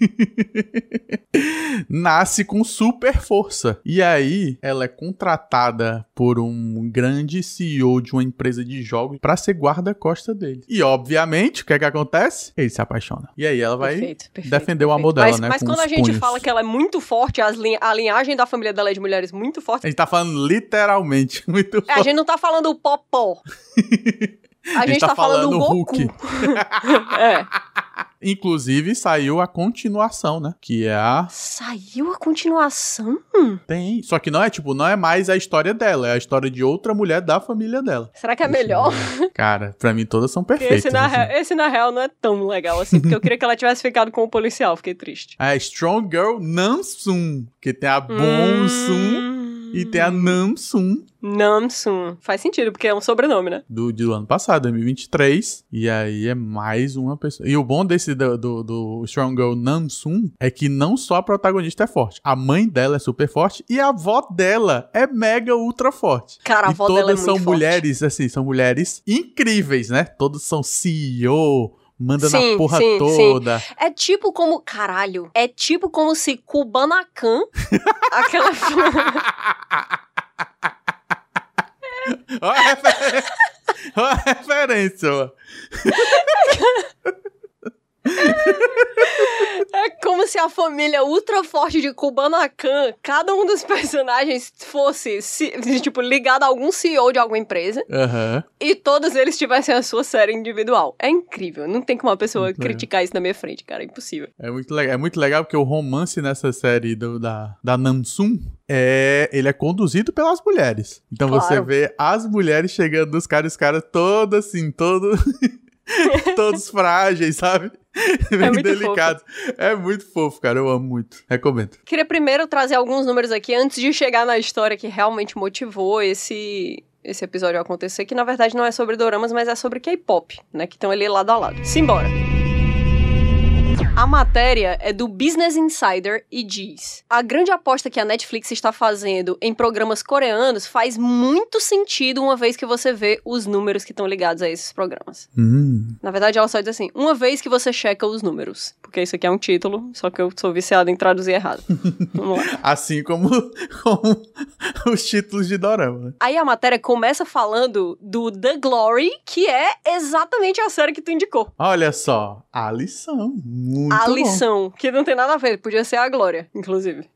nasce com super força. E aí, ela é contratada por um grande CEO de uma empresa de jogos pra ser guarda-costa dele. E, obviamente, o que é que acontece? Ele se apaixona. E aí ela vai defender o amor dela, né? Mas quando a gente fala que ela é muito forte, a linhagem da família dela é de mulheres muito fortes. A gente tá falando literalmente muito forte. A gente não tá falando o Popó. A gente tá falando o Goku. É. Inclusive, saiu a continuação, né? Que é a... Saiu a continuação? Tem. Só que não é mais a história dela. É a história de outra mulher da família dela. Será que é melhor? Cara, pra mim todas são perfeitas. Esse, na real, não é tão legal assim. Porque eu queria que ela tivesse ficado com o policial. Fiquei triste. A Strong Girl Namsoon. Que tem a Bonsum e tem a Namsoon. Namsoon. Faz sentido, porque é um sobrenome, né? Do ano passado, 2023. E aí é mais uma pessoa. E o bom desse do Strong Girl Namsoon é que não só a protagonista é forte. A mãe dela é super forte e a avó dela é mega ultra forte. Cara, a avó dela é muito forte. Todas são mulheres, assim, são mulheres incríveis, né? Todas são CEO... Manda na porra toda. Sim. É tipo como... Caralho. É tipo como se Kubanacan... aquela... Olha a referência, ó. É como se a família ultra forte de Kubanacan, cada um dos personagens fosse, tipo, ligado a algum CEO de alguma empresa. E todos eles tivessem a sua série individual. É incrível. Não tem como uma pessoa criticar isso na minha frente, cara. É impossível. É muito legal porque o romance nessa série da Namsoon, ele é conduzido pelas mulheres. Então você vê as mulheres chegando nos caras, os caras todos assim, todos frágeis, sabe? Bem delicado. É muito fofo, cara. Eu amo muito. Recomendo. Queria primeiro trazer alguns números aqui antes de chegar na história que realmente motivou esse esse episódio acontecer, que na verdade não é sobre doramas, mas é sobre K-pop, né? Que estão ali lado a lado. Simbora! A matéria é do Business Insider e diz: a grande aposta que a Netflix está fazendo em programas coreanos faz muito sentido uma vez que você vê os números que estão ligados a esses programas. Na verdade, ela só diz assim, uma vez que você checa os números. Porque isso aqui é um título, só que eu sou viciado em traduzir errado. Vamos lá. Assim como os títulos de dorama, né? Aí a matéria começa falando do The Glory, que é exatamente a série que tu indicou. Olha só, a lição. Muito A bom. lição, que não tem nada a ver, podia ser a Glória, inclusive.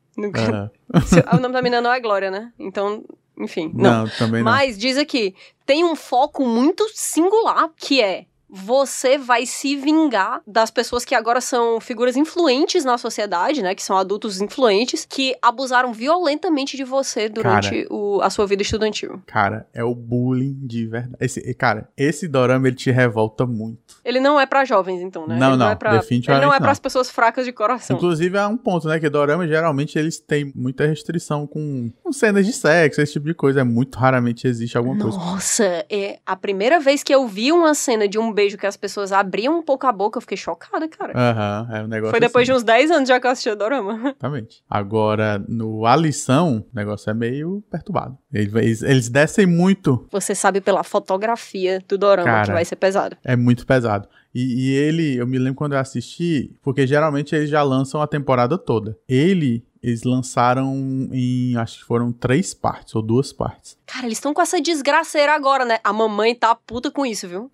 O nome da menina não é Glória, né? Então, enfim, não. Não, também não. Mas diz aqui, tem um foco muito singular, que é: você vai se vingar das pessoas que agora são figuras influentes na sociedade, né? Que são adultos influentes, que abusaram violentamente de você durante a sua vida estudantil. Cara, é o bullying de verdade. Esse dorama, ele te revolta muito. Ele não é pra jovens, então, né? Não, ele não, é pra, definitivamente ele não é não. pras pessoas fracas de coração. Inclusive, há um ponto, né? Que dorama, geralmente, eles têm muita restrição com cenas de sexo, esse tipo de coisa. Muito raramente existe alguma coisa. Nossa, a primeira vez que eu vi uma cena de um beijo que as pessoas abriam um pouco a boca, eu fiquei chocada, cara. É um negócio Foi depois assim. de uns 10 anos já que eu assisti o dorama. Exatamente. Agora, no A Lição, o negócio é meio perturbado. Eles descem muito. Você sabe pela fotografia do dorama, Cara, que vai ser pesado. É muito pesado. E eu me lembro quando eu assisti, porque geralmente eles já lançam a temporada toda. Eles lançaram em, acho que foram 3 partes, ou 2 partes. Cara, eles estão com essa desgraceira agora, né? A mamãe tá puta com isso, viu?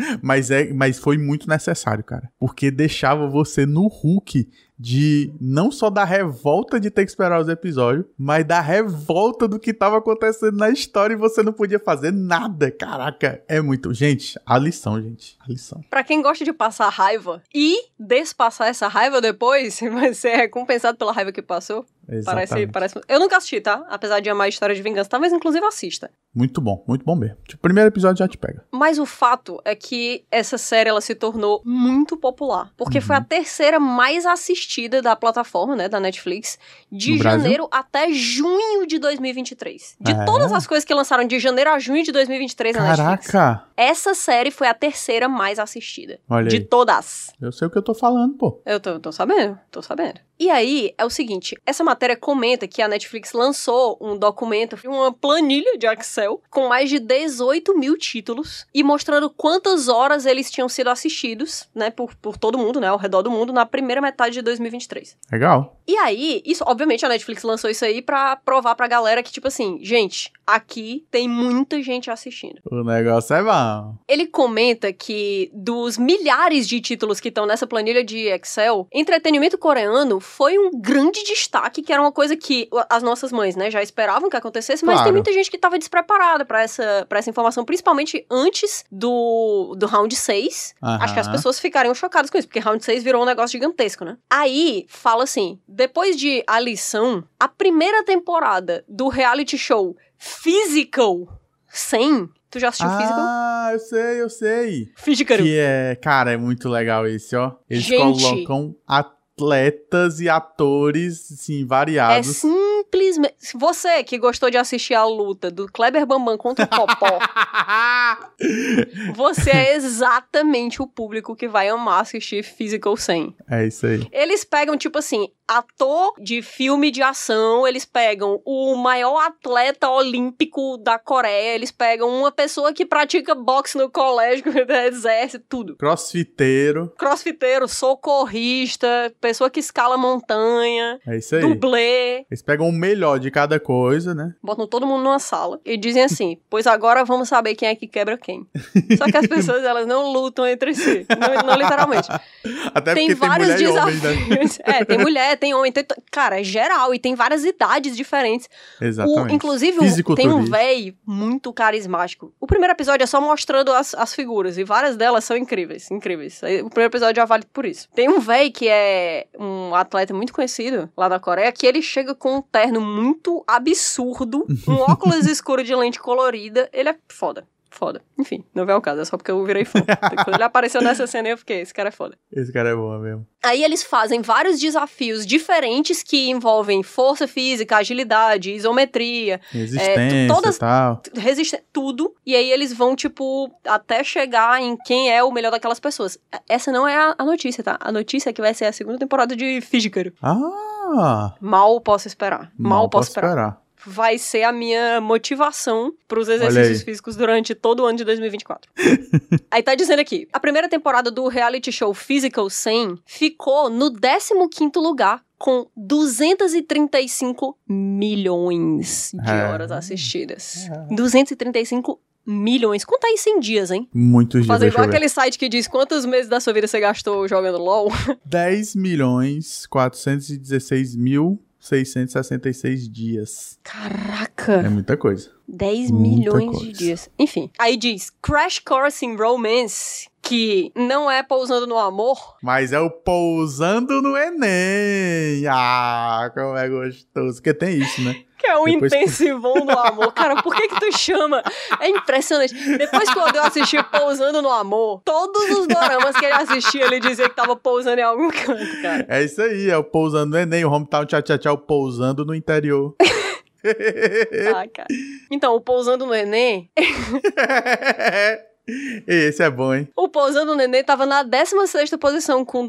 Mas foi muito necessário, cara. Porque deixava você no hook de não só da revolta de ter que esperar os episódios, mas da revolta do que tava acontecendo na história e você não podia fazer nada. Caraca, é muito... Gente, a lição. Pra quem gosta de passar raiva e despassar essa raiva depois, vai ser recompensado pela raiva que passou. Parece... Eu nunca assisti, tá? Apesar de amar a história de vingança. Talvez, inclusive, assista. Muito bom mesmo. Tipo, o primeiro episódio já te pega. Mas o fato é que essa série, ela se tornou muito popular. Porque foi a terceira mais assistida da plataforma, né? Da Netflix. De janeiro até junho de 2023. De todas as coisas que lançaram de janeiro a junho de 2023 na Netflix. Caraca! Essa série foi a terceira mais assistida. Olha de aí. Todas. Eu sei o que eu tô falando, pô. Eu tô sabendo. E aí, é o seguinte, essa matéria comenta que a Netflix lançou um documento, uma planilha de Excel, com mais de 18 mil títulos, e mostrando quantas horas eles tinham sido assistidos, né, por todo mundo, né, ao redor do mundo, na primeira metade de 2023. Legal. E aí, isso, obviamente, a Netflix lançou isso aí pra provar pra galera que, tipo assim, gente, aqui tem muita gente assistindo. O negócio é bom. Ele comenta que dos milhares de títulos que estão nessa planilha de Excel, entretenimento coreano foi um grande destaque, que era uma coisa que as nossas mães, né, já esperavam que acontecesse, mas tem muita gente que tava despreparada pra essa informação, principalmente antes do round 6. Acho que as pessoas ficariam chocadas com isso, porque round 6 virou um negócio gigantesco, né? Aí, fala assim, depois de A Lição, a primeira temporada do reality show Physical 100... Tu já assistiu Physical? Ah, eu sei. Physical. Que é... Cara, é muito legal esse, ó. Eles colocam atletas e atores, assim, variados. É simplesmente... Você que gostou de assistir a luta do Kleber Bambam contra o Popó, você é exatamente o público que vai amar assistir Physical 100. É isso aí. Eles pegam, tipo assim, ator de filme de ação, eles pegam o maior atleta olímpico da Coreia, eles pegam uma pessoa que pratica boxe no colégio, do exército, tudo. Crossfiteiro, socorrista, pessoa que escala montanha, é isso aí. Dublê. Eles pegam o melhor de cada coisa, né? Botam todo mundo numa sala e dizem assim, pois agora vamos saber quem é que quebra quem. Só que as pessoas, elas não lutam entre si, não literalmente. Até tem porque vários tem mulher desafios. e homem, né? Tem mulher, tem homem, cara, é geral, e tem várias idades diferentes. Exatamente. Inclusive, tem um véi muito carismático. O primeiro episódio é só mostrando as figuras, e várias delas são incríveis. O primeiro episódio já vale por isso. Tem um véi que é um atleta muito conhecido lá da Coreia, que ele chega com um terno muito absurdo, um óculos escuro de lente colorida, ele é foda. foda. Enfim, não vem ao caso, é só porque eu virei fã. Quando ele apareceu nessa cena, eu fiquei, esse cara é foda. Esse cara é bom mesmo. Aí eles fazem vários desafios diferentes que envolvem força física, agilidade, isometria. Resistência e tal. Tudo. E aí eles vão, tipo, até chegar em quem é o melhor daquelas pessoas. Essa não é a notícia, tá? A notícia é que vai ser a segunda temporada de Fígaro. Mal posso esperar. Mal posso esperar. Vai ser a minha motivação pros exercícios físicos durante todo o ano de 2024. Aí tá dizendo aqui, a primeira temporada do reality show Physical 100 ficou no 15º lugar com 235 milhões de horas assistidas. 235 milhões. Conta aí 100 dias, hein? Muitos dias. Fazer igual aquele site que diz quantos meses da sua vida você gastou jogando LOL. 10.416.666 dias. Caraca! É muita coisa. 10 milhões de dias. Enfim. Aí diz, Crash Course in Romance, que não é Pousando no Amor. Mas é o Pousando no Enem. Como é gostoso. Porque tem isso, né? Que é um intensivão do amor. Cara, por que tu chama? É impressionante. Depois que eu assisti Pousando no Amor, todos os doramas que ele assistia, ele dizia que tava pousando em algum canto, cara. É isso aí, é o Pousando no Enem, o Hometown Tchau Tchau Tchau pousando no interior. Cara. Então, o Pousando no Enem... Esse é bom, hein? O Pousando no Nenê tava na 16ª posição, com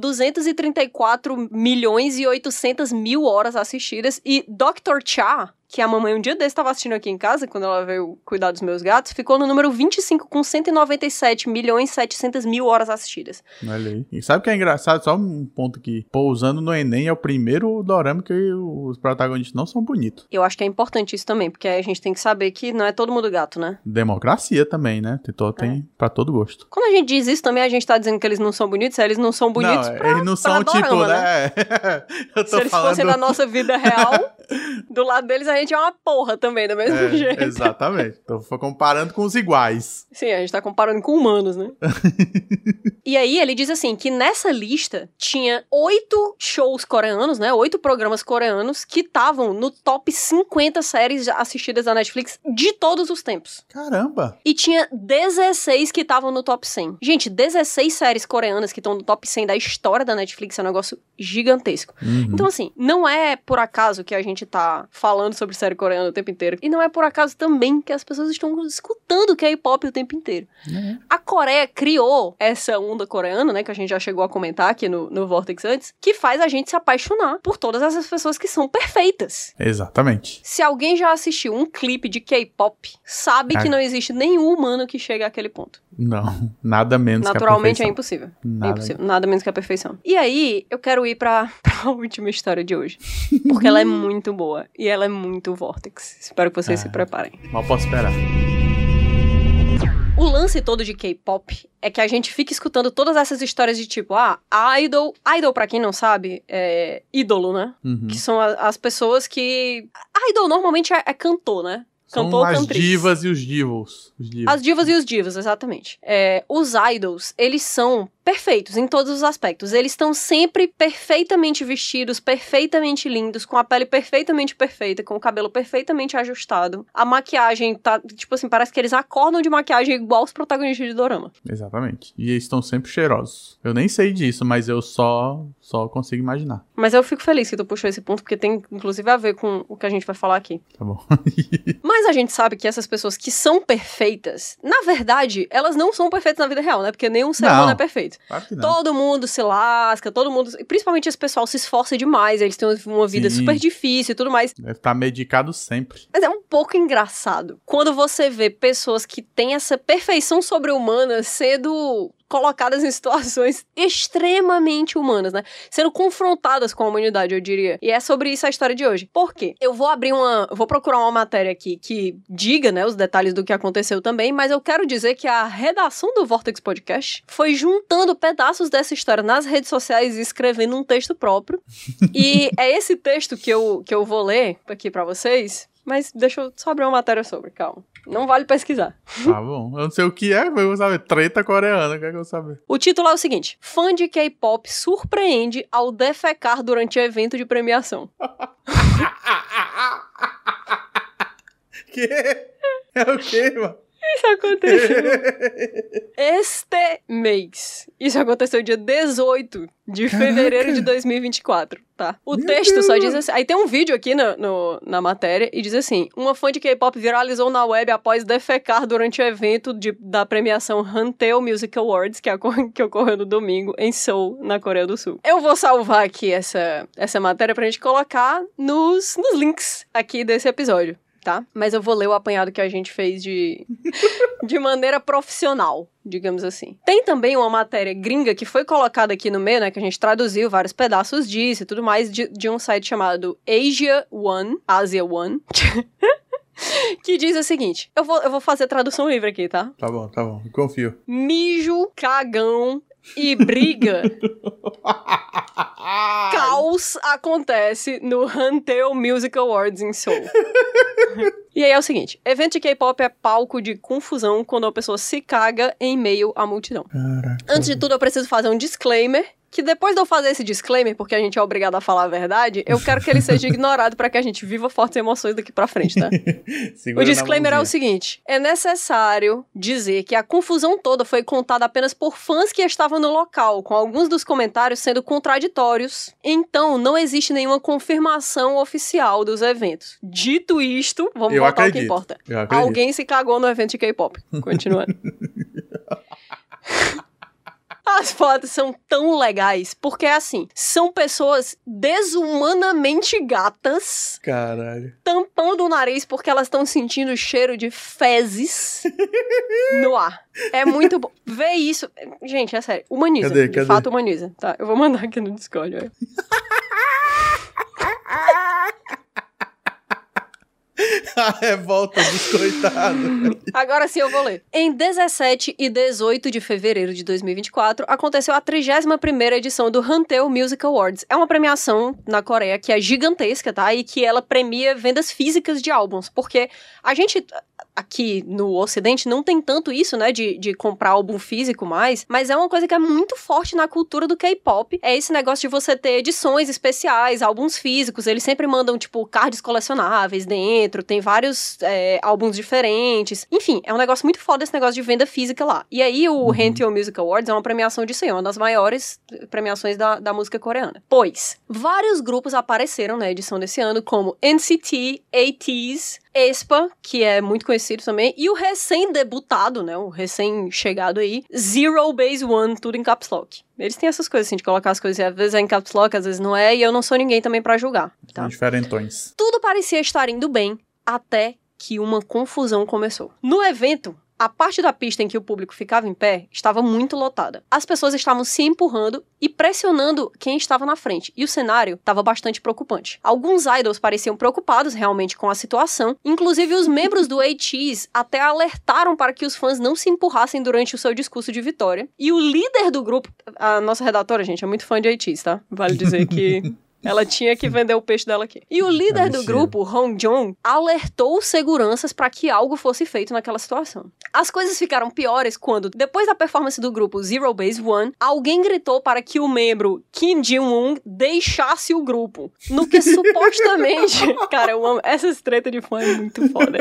234.800.000 horas assistidas. E Dr. Cha, que a mamãe um dia desse tava assistindo aqui em casa, quando ela veio cuidar dos meus gatos, ficou no número 25, com 197.700.000 horas assistidas. Olha aí. E sabe o que é engraçado? Só um ponto aqui. Pousando no Enem é o primeiro dorama que os protagonistas não são bonitos. Eu acho que é importante isso também, porque a gente tem que saber que não é todo mundo gato, né? Democracia também, né? Tem pra todo gosto. Quando a gente diz isso também, a gente tá dizendo que eles não são bonitos, eles não são bonitos eles não são dorama, tipo, né? Eu tô Se eles fossem na nossa vida real, do lado deles a gente é uma porra também, do mesmo jeito. Exatamente. Então, comparando com os iguais. Sim, a gente tá comparando com humanos, né? E aí, ele diz assim, que nessa lista tinha 8 shows coreanos, né? 8 programas coreanos que estavam no top 50 séries assistidas da Netflix de todos os tempos. Caramba! E tinha 16 que estavam no top 100. Gente, 16 séries coreanas que estão no top 100 da história da Netflix é um negócio gigantesco. Então, assim, não é por acaso que a gente tá falando sobre série coreana o tempo inteiro. E não é por acaso também que as pessoas estão escutando K-pop o tempo inteiro. A Coreia criou essa onda coreana, né, que a gente já chegou a comentar aqui no Vortex antes, que faz a gente se apaixonar por todas essas pessoas que são perfeitas. Exatamente. Se alguém já assistiu um clipe de K-pop, sabe que não existe nenhum humano que chegue àquele ponto. Não, nada menos que a perfeição. Naturalmente é impossível. É impossível. Nada menos que a perfeição. E aí, eu quero ir pra última história de hoje. Porque ela é muito boa. E ela é muito Vortex. Espero que vocês se preparem. Mal posso esperar. O lance todo de K-pop é que a gente fica escutando todas essas histórias de tipo, idol. Idol, pra quem não sabe, é ídolo, né? Que são as pessoas que... Idol normalmente é cantor, né? Cantor, são as cantriz. divas e os divos. As divas e os divos, exatamente. Os idols, eles são perfeitos em todos os aspectos. Eles estão sempre perfeitamente vestidos, perfeitamente lindos, com a pele perfeitamente perfeita, com o cabelo perfeitamente ajustado. A maquiagem tá, tipo assim, parece que eles acordam de maquiagem igual os protagonistas de dorama. Exatamente. E eles estão sempre cheirosos. Eu nem sei disso, mas eu só consigo imaginar. Mas eu fico feliz que tu puxou esse ponto, porque tem, inclusive, a ver com o que a gente vai falar aqui. Tá bom. Mas a gente sabe que essas pessoas que são perfeitas, na verdade, elas não são perfeitas na vida real, né? Porque nenhum ser humano é perfeito. Claro que não. Todo mundo se lasca, todo mundo... Principalmente esse pessoal se esforça demais, eles têm uma vida super difícil e tudo mais. Deve estar medicado sempre. Mas é um pouco engraçado quando você vê pessoas que têm essa perfeição sobre-humana sendo colocadas em situações extremamente humanas, né? Sendo confrontadas com a humanidade, eu diria. E é sobre isso a história de hoje. Por quê? Eu vou procurar uma matéria aqui que diga, né, os detalhes do que aconteceu também, mas eu quero dizer que a redação do Vortex Podcast foi juntando pedaços dessa história nas redes sociais e escrevendo um texto próprio. E é esse texto que eu vou ler aqui pra vocês, mas deixa eu só abrir uma matéria sobre, calma. Não vale pesquisar. Tá bom. Eu não sei o que é, mas eu vou saber. Treta coreana, o que é que eu vou saber? O título é o seguinte: fã de K-pop surpreende ao defecar durante evento de premiação. Que? É o quê, mano? Isso aconteceu este mês. Isso aconteceu dia 18 de fevereiro de 2024, tá? O texto só diz assim... Aí tem um vídeo aqui na matéria e diz assim: uma fã de K-pop viralizou na web após defecar durante o evento da premiação Hanteo Music Awards, que ocorreu no domingo em Seoul, na Coreia do Sul. Eu vou salvar aqui essa matéria pra gente colocar nos links aqui desse episódio. Tá? Mas eu vou ler o apanhado que a gente fez de maneira profissional, digamos assim. Tem também uma matéria gringa que foi colocada aqui no meio, né, que a gente traduziu vários pedaços disso e tudo mais, de um site chamado Asia One, que diz o seguinte, eu vou fazer tradução livre aqui, tá? Tá bom, confio. Mijo, cagão e briga. Caos acontece no Hanteo Music Awards em Seoul. E aí é o seguinte, evento de K-pop é palco de confusão quando a pessoa se caga em meio à multidão. Caraca. Antes de tudo, eu preciso fazer um disclaimer, que depois de eu fazer esse disclaimer, porque a gente é obrigado a falar a verdade, eu quero que ele seja ignorado pra que a gente viva fortes emoções daqui pra frente, tá? O disclaimer é o seguinte, é necessário dizer que a confusão toda foi contada apenas por fãs que estavam no local, com alguns dos comentários sendo contraditórios, então não existe nenhuma confirmação oficial dos eventos. Dito isto, vamos voltar ao que importa. Alguém se cagou no evento de K-pop. Continuando. As fotos são tão legais, porque, assim, são pessoas desumanamente gatas. Caralho. Tampando o nariz porque elas estão sentindo o cheiro de fezes no ar. É muito bom. Vê isso. Gente, é sério. Humaniza. Cadê? De fato, humaniza. Tá, eu vou mandar aqui no Discord, olha. A revolta dos coitados. Agora sim eu vou ler. Em 17 e 18 de fevereiro de 2024, aconteceu a 31ª edição do Hanteo Music Awards. É uma premiação na Coreia que é gigantesca, tá? E que ela premia vendas físicas de álbuns. Porque a gente... aqui no Ocidente não tem tanto isso, né, de comprar álbum físico mais, mas é uma coisa que é muito forte na cultura do K-pop, é esse negócio de você ter edições especiais, álbuns físicos, eles sempre mandam, tipo, cards colecionáveis dentro, tem vários álbuns diferentes, enfim, é um negócio muito foda esse negócio de venda física lá. E aí o Hanteo Music Awards é uma premiação disso aí, uma das maiores premiações da música coreana. Pois, vários grupos apareceram na edição desse ano, como NCT, ATEEZ, aespa, que é muito conhecido também, e o recém-debutado, né, o recém-chegado aí, Zero Base One, tudo em caps lock. Eles têm essas coisas, assim, de colocar as coisas, às vezes é em caps lock, às vezes não é, e eu não sou ninguém também pra julgar, tá? São diferentões. Tudo parecia estar indo bem, até que uma confusão começou. No evento, a parte da pista em que o público ficava em pé estava muito lotada. As pessoas estavam se empurrando e pressionando quem estava na frente, e o cenário estava bastante preocupante. Alguns idols pareciam preocupados realmente com a situação, inclusive os membros do ATEEZ até alertaram para que os fãs não se empurrassem durante o seu discurso de vitória, e o líder do grupo, a nossa redatora, gente, é muito fã de ATEEZ, tá? Vale dizer que... ela tinha que vender o peixe dela aqui. E o líder do grupo, Hong Jong, alertou os seguranças para que algo fosse feito naquela situação. As coisas ficaram piores quando, depois da performance do grupo Zero Base One, alguém gritou para que o membro Kim Ji-woon deixasse o grupo. No que supostamente... Cara, eu amo... Essa treta de fã é muito foda.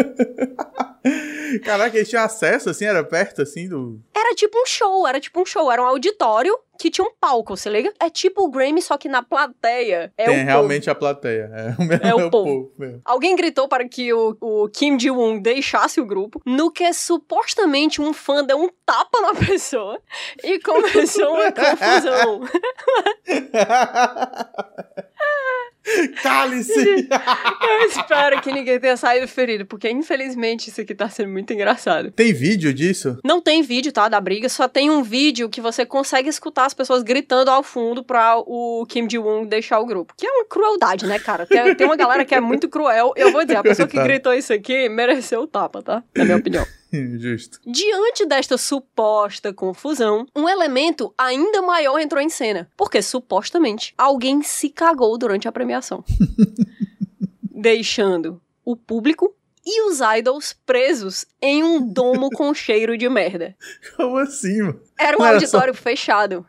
Caraca, eles tinham acesso, assim? Era perto, assim, do... Era tipo um show. Era um auditório que tinha um palco, se liga? É tipo o Grammy, só que na plateia é tem o realmente povo. A plateia. É o povo mesmo. Alguém gritou para que o Kim Ji-woon deixasse o grupo, no que supostamente um fã deu um tapa na pessoa e começou uma confusão. Cale-se! Eu espero que ninguém tenha saído ferido, porque infelizmente isso aqui tá sendo muito engraçado. Tem vídeo disso? Não tem vídeo, tá, da briga, só tem um vídeo que você consegue escutar as pessoas gritando ao fundo pra o Kim Ji-woon deixar o grupo. Que é uma crueldade, né, cara? Tem uma galera que é muito cruel. Eu vou dizer, a pessoa que gritou isso aqui mereceu o tapa, tá? Na minha opinião. Justo. Diante desta suposta confusão, um elemento ainda maior entrou em cena, porque supostamente alguém se cagou durante a premiação, deixando o público e os idols presos em um domo com cheiro de merda. Como assim, mano? Era um auditório fechado.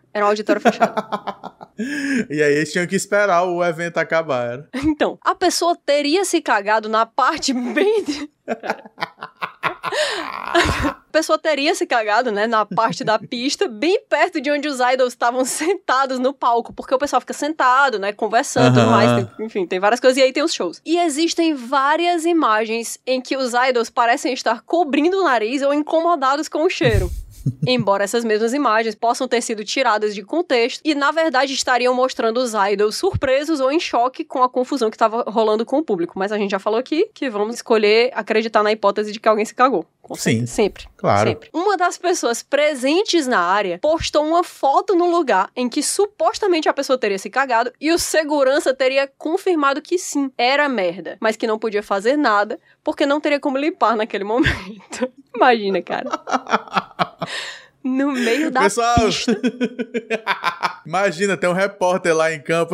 E aí eles tinham que esperar o evento acabar, era? Então, a pessoa teria se cagado na parte bem... A pessoa teria se cagado, né, na parte da pista, bem perto de onde os idols estavam sentados no palco, porque o pessoal fica sentado, né, conversando e tudo mais, enfim, tem várias coisas, e aí tem os shows. E existem várias imagens em que os idols parecem estar cobrindo o nariz ou incomodados com o cheiro. Embora essas mesmas imagens possam ter sido tiradas de contexto e, na verdade, estariam mostrando os idols surpresos ou em choque com a confusão que estava rolando com o público. Mas a gente já falou aqui que vamos escolher acreditar na hipótese de que alguém se cagou. Sim, sempre. Claro. Sempre. Uma das pessoas presentes na área postou uma foto no lugar em que supostamente a pessoa teria se cagado e o segurança teria confirmado que sim, era merda, mas que não podia fazer nada porque não teria como limpar naquele momento. Imagina, cara. No meio da pista. Imagina, tem um repórter lá em campo.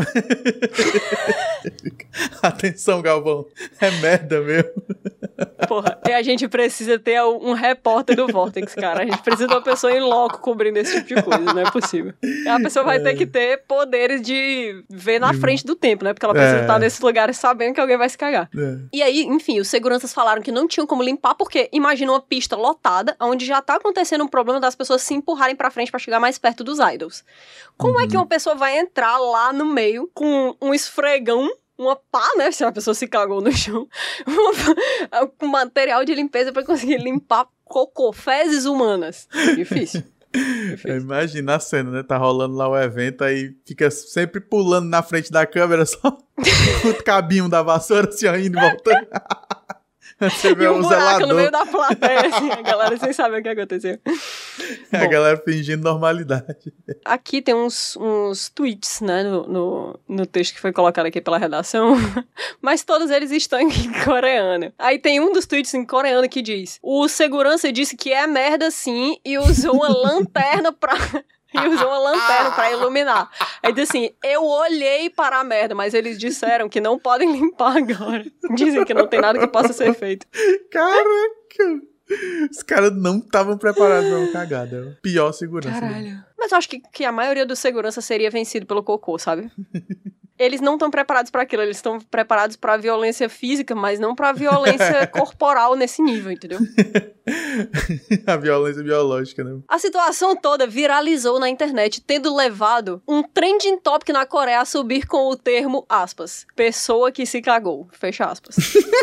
Atenção, Galvão. É merda mesmo. Porra, a gente precisa ter um repórter do Vortex, cara. A gente precisa de uma pessoa em loco cobrindo esse tipo de coisa, não é possível. A pessoa vai ter que ter poderes de ver na frente do tempo, né? Porque ela precisa estar nesses lugares sabendo que alguém vai se cagar. E aí, enfim, os seguranças falaram que não tinham como limpar, porque imagina uma pista lotada, onde já tá acontecendo um problema das pessoas se empurrarem pra frente pra chegar mais perto dos idols. Como é que uma pessoa vai entrar lá no meio com um esfregão, uma pá, né, se a pessoa se cagou no chão, com material de limpeza pra conseguir limpar cocô, fezes humanas? Difícil. Imagina a cena, né? Tá rolando lá o evento, aí fica sempre pulando na frente da câmera, só o cabinho da vassoura, assim, ó, indo e voltando. Você vê e um buraco zelador no meio da plateia, assim, a galera sem saber o que aconteceu. A galera fingindo normalidade. Aqui tem uns tweets, né, no texto que foi colocado aqui pela redação, mas todos eles estão em coreano. Aí tem um dos tweets em coreano que diz: o segurança disse que é merda sim e usou uma lanterna pra iluminar. Aí diz assim: eu olhei para a merda, mas eles disseram que não podem limpar agora. Dizem que não tem nada que possa ser feito. Caraca! Os caras não estavam preparados pra uma cagada. Pior segurança. Caralho. Mas eu acho que a maioria dos seguranças seria vencido pelo cocô, sabe? Eles não estão preparados para aquilo, eles estão preparados pra violência física, mas não pra violência corporal nesse nível, entendeu? A violência biológica, né? A situação toda viralizou na internet, tendo levado um trending topic na Coreia a subir com o termo, aspas, pessoa que se cagou, fecha aspas.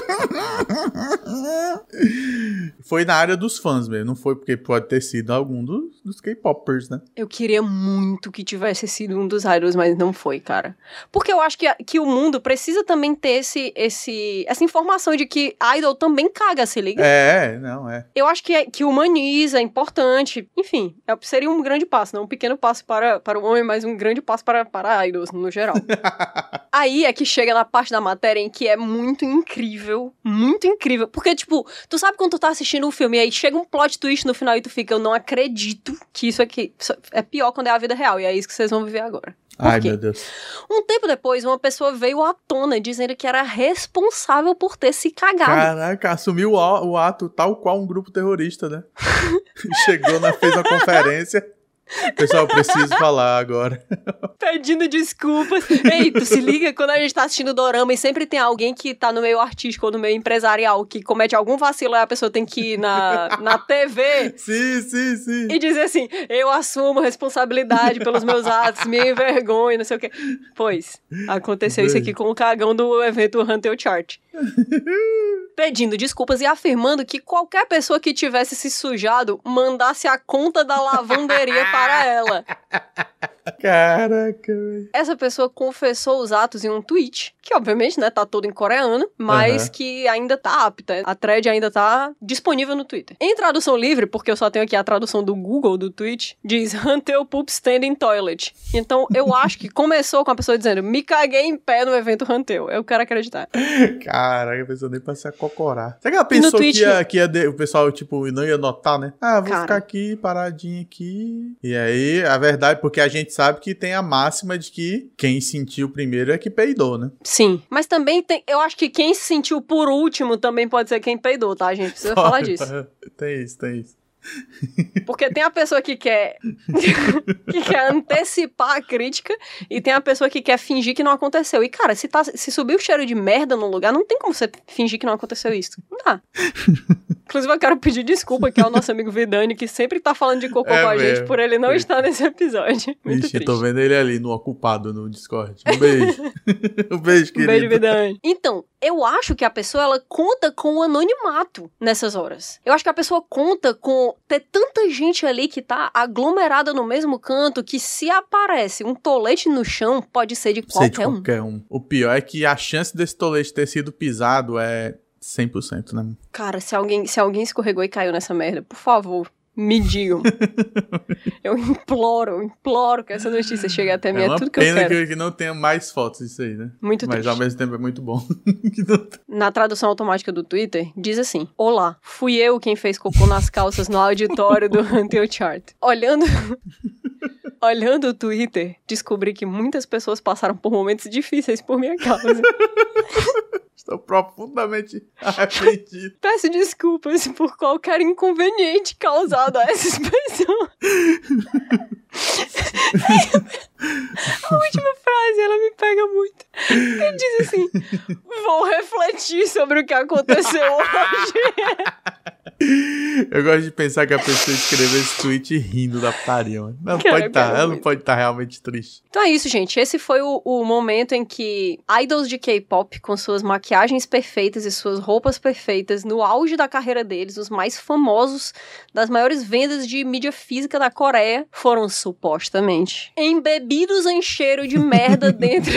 Foi na área dos fãs mesmo, não foi porque pode ter sido algum dos K-popers, né? Eu queria muito que tivesse sido um dos idols, mas não foi, cara. Porque eu acho que o mundo precisa também ter essa informação de que idol também caga, se liga? Não é. Eu acho que humaniza, é importante. Enfim, seria um grande passo, não um pequeno passo para o homem, mas um grande passo para idols, no geral. Aí é que chega na parte da matéria em que é muito incrível. Muito incrível. Porque, tipo, tu sabe quando tu tá assistindo um filme e aí chega um plot twist no final e tu fica, eu não acredito que isso aqui é pior quando é a vida real. E é isso que vocês vão viver agora. Ai, meu Deus. Um tempo depois, uma pessoa veio à tona dizendo que era responsável por ter se cagado. Caraca, assumiu o ato tal qual um grupo terrorista, né? Chegou, né, fez uma conferência. Pessoal, preciso falar agora. Pedindo desculpas. Ei, tu se liga quando a gente tá assistindo dorama e sempre tem alguém que tá no meio artístico ou no meio empresarial que comete algum vacilo e a pessoa tem que ir na TV. Sim. E dizer assim, eu assumo responsabilidade pelos meus atos, me envergonho, não sei o quê. Pois, aconteceu isso aqui com o cagão do evento Hunter Chart. Pedindo desculpas e afirmando que qualquer pessoa que tivesse se sujado mandasse a conta da lavanderia para ela. Caraca, velho. Essa pessoa confessou os atos em um tweet, que obviamente, né, tá todo em coreano, mas que ainda tá apta. A thread ainda tá disponível no Twitter. Em tradução livre, porque eu só tenho aqui a tradução do Google do tweet, diz Hunter Poop Standing Toilet. Então, eu acho que começou com a pessoa dizendo, me caguei em pé no evento Hunter. Eu quero acreditar. Caraca, a pessoa nem pra se acocorar. Será que ela pensou tweet, o pessoal, tipo, não ia notar, né? Ah, vou ficar aqui, paradinho aqui. E aí, a verdade, porque a gente sabe que tem a máxima de que quem sentiu primeiro é que peidou, né? Sim, mas também eu acho que quem se sentiu por último também pode ser quem peidou, tá? A gente precisa falar disso. Tem isso. Porque tem a pessoa que quer antecipar a crítica e tem a pessoa que quer fingir que não aconteceu. E, cara, se subiu o cheiro de merda no lugar, não tem como você fingir que não aconteceu isso. Não dá. Inclusive, eu quero pedir desculpa aqui ao nosso amigo Vidani, que sempre tá falando de cocô com a gente, por ele não estar nesse episódio. Muito Ixi, triste. tô vendo ele ali no ocupado no Discord. Um beijo. Um beijo, querido. Um beijo, Vidani. Então, eu acho que a pessoa, ela conta com o anonimato nessas horas. Eu acho que a pessoa conta com ter tanta gente ali que tá aglomerada no mesmo canto que se aparece um tolete no chão, pode ser de qualquer um. O pior é que a chance desse tolete ter sido pisado é 100%, né? Cara, se alguém escorregou e caiu nessa merda, por favor, me digam. Eu imploro que essa notícia chegue até mim. É tudo que eu quero. É uma pena que não tenha mais fotos disso aí, né? Muito triste. Mas ao mesmo tempo é muito bom. Na tradução automática do Twitter, diz assim: Olá, fui eu quem fez cocô nas calças no auditório do Until Chart. Olhando o Twitter, descobri que muitas pessoas passaram por momentos difíceis por minha causa. Estou profundamente arrependido. Peço desculpas por qualquer inconveniente causado a essas pessoas. A última frase, ela me pega muito. Ele diz assim: vou refletir sobre o que aconteceu hoje. Eu gosto de pensar que a pessoa escreveu esse tweet rindo da putaria, mano. Ela não pode estar realmente triste. Então é isso, gente. Esse foi o momento em que idols de K-pop, com suas maquiagens perfeitas e suas roupas perfeitas, no auge da carreira deles, os mais famosos das maiores vendas de mídia física da Coreia, foram supostamente embebidos em cheiro de merda dentro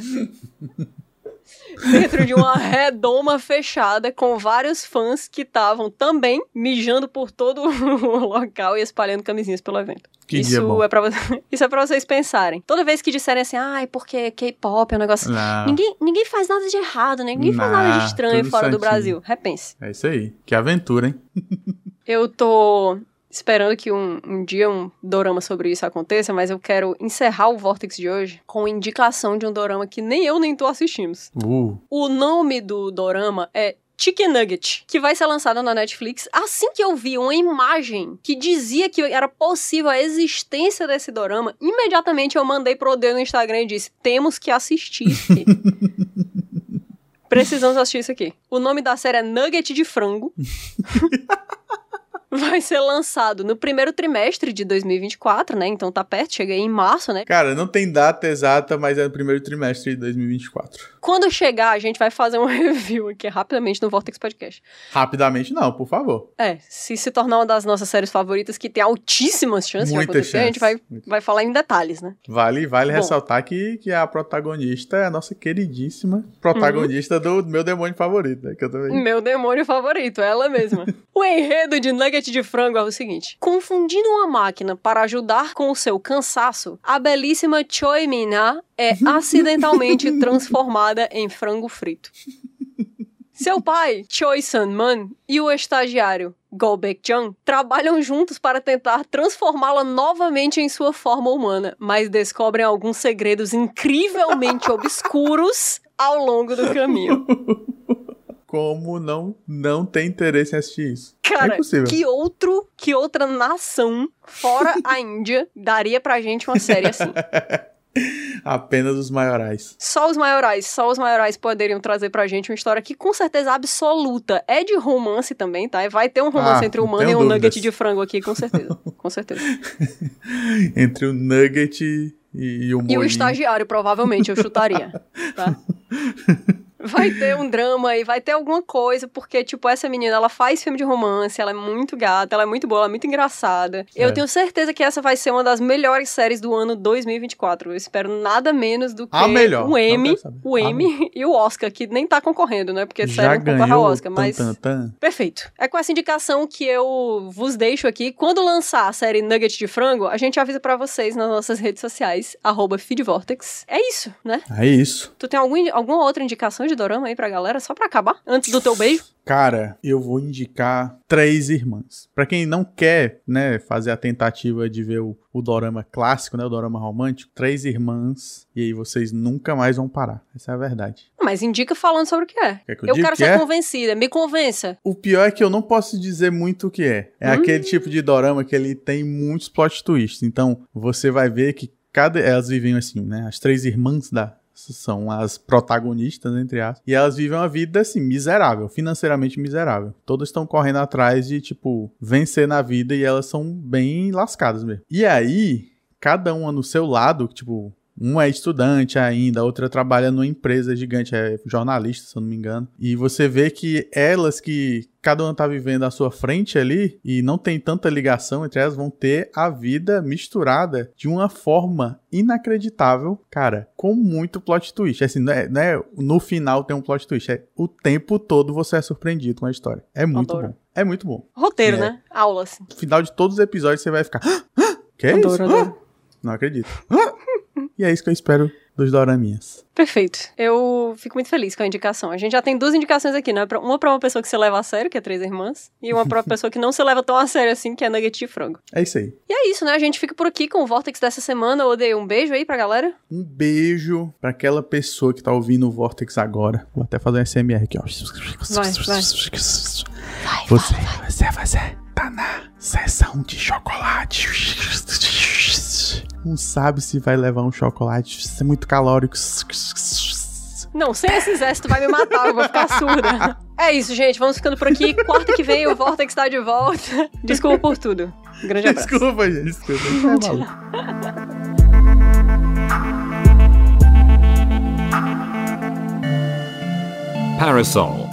de uma redoma fechada com vários fãs que estavam também mijando por todo o local e espalhando camisinhas pelo evento. Isso é pra vocês pensarem. Toda vez que disserem assim, porque K-pop é um negócio... Ninguém faz nada de errado, né? Ninguém faz nada de estranho fora do Brasil. Repense. É isso aí. Que aventura, hein? Eu tô esperando que um dia um dorama sobre isso aconteça, mas eu quero encerrar o Vortex de hoje com indicação de um dorama que nem eu nem tu assistimos. O nome do dorama é Chicken Nugget, que vai ser lançado na Netflix. Assim que eu vi uma imagem que dizia que era possível a existência desse dorama, imediatamente eu mandei pro Odeio no Instagram e disse, temos que assistir isso aqui. Precisamos assistir isso aqui. O nome da série é Nugget de Frango. Vai ser lançado no primeiro trimestre de 2024, né? Então tá perto, chega aí em março, né? Cara, não tem data exata, mas é no primeiro trimestre de 2024. Quando chegar, a gente vai fazer um review aqui rapidamente no Vortex Podcast. Rapidamente não, por favor. Se tornar uma das nossas séries favoritas, que tem altíssimas chances de acontecer, a gente vai falar em detalhes, né? Vale ressaltar que a protagonista é a nossa queridíssima protagonista do meu demônio favorito, né? Que eu também... Meu demônio favorito, ela mesma. O enredo de Nugget de Frango é o seguinte: confundindo uma máquina para ajudar com o seu cansaço, a belíssima Choi Min-ah é acidentalmente transformada em frango frito. Seu pai, Choi Sun-man, e o estagiário, Go Baek-jung, trabalham juntos para tentar transformá-la novamente em sua forma humana, mas descobrem alguns segredos incrivelmente obscuros ao longo do caminho. Como não tem interesse em assistir isso? Cara, é impossível. Que outra nação, fora a Índia, daria pra gente uma série assim? Apenas os maiorais. Só os maiorais poderiam trazer pra gente uma história que com certeza absoluta é de romance também, tá? Vai ter um romance entre o humano e um nugget de frango aqui, com certeza. Com certeza. Entre o nugget e o molinho. E o estagiário, provavelmente, eu chutaria, tá? Vai ter um drama e vai ter alguma coisa, porque, tipo, essa menina, ela faz filme de romance, ela é muito gata, ela é muito boa, ela é muito engraçada. Eu tenho certeza que essa vai ser uma das melhores séries do ano 2024. Eu espero nada menos do que o Emmy e o Oscar, que nem tá concorrendo, né? Porque série não concorre ao Oscar, mas... Perfeito. É com essa indicação que eu vos deixo aqui. Quando lançar a série Nugget de Frango, a gente avisa pra vocês nas nossas redes sociais, @feedvortex. É isso, né? É isso. Tu tem alguma outra indicação de dorama aí pra galera, só pra acabar, antes do teu beijo? Cara, eu vou indicar Três Irmãs. Pra quem não quer, né, fazer a tentativa de ver o dorama clássico, né, o dorama romântico, Três Irmãs, e aí vocês nunca mais vão parar. Essa é a verdade. Mas indica falando sobre o que é. Eu quero ser convencida, me convença. O pior é que eu não posso dizer muito o que é. É aquele tipo de dorama que ele tem muitos plot twists. Então, você vai ver que elas vivem assim, né, as três irmãs são as protagonistas, entre aspas, e elas vivem uma vida, assim, miserável, financeiramente miserável. Todas estão correndo atrás de, tipo, vencer na vida e elas são bem lascadas mesmo. E aí, cada uma no seu lado, tipo, uma é estudante ainda, a outra trabalha numa empresa gigante, é jornalista, se eu não me engano. E você vê que elas que cada uma tá vivendo à sua frente ali e não tem tanta ligação entre elas, vão ter a vida misturada de uma forma inacreditável, cara, com muito plot twist. Assim, não é no final tem um plot twist, é o tempo todo você é surpreendido com a história. É muito bom. É muito bom. Roteiro, né? Aula, assim. No final de todos os episódios você vai ficar... Que é isso? Adoro. Não acredito. E é isso que eu espero dos doraminhas. Perfeito. Eu fico muito feliz com a indicação. A gente já tem 2 indicações aqui, né? Uma pra uma pessoa que se leva a sério, que é 3 Irmãs, e uma pra uma pessoa que não se leva tão a sério assim, que é Nugget de Frango. É isso aí. E é isso, né? A gente fica por aqui com o Vortex dessa semana. Eu dei um beijo aí pra galera. Um beijo pra aquela pessoa que tá ouvindo o Vortex agora. Vou até fazer um SMR aqui, ó. Vai. Você tá na sessão de chocolate. Não sabe se vai levar um chocolate. Isso é muito calórico. Não, sem esse exército vai me matar, eu vou ficar surda. É isso, gente. Vamos ficando por aqui. Quarta que vem o Vortex tá de volta. Desculpa por tudo. Um grande abraço. Desculpa, gente. Desculpa. Parasol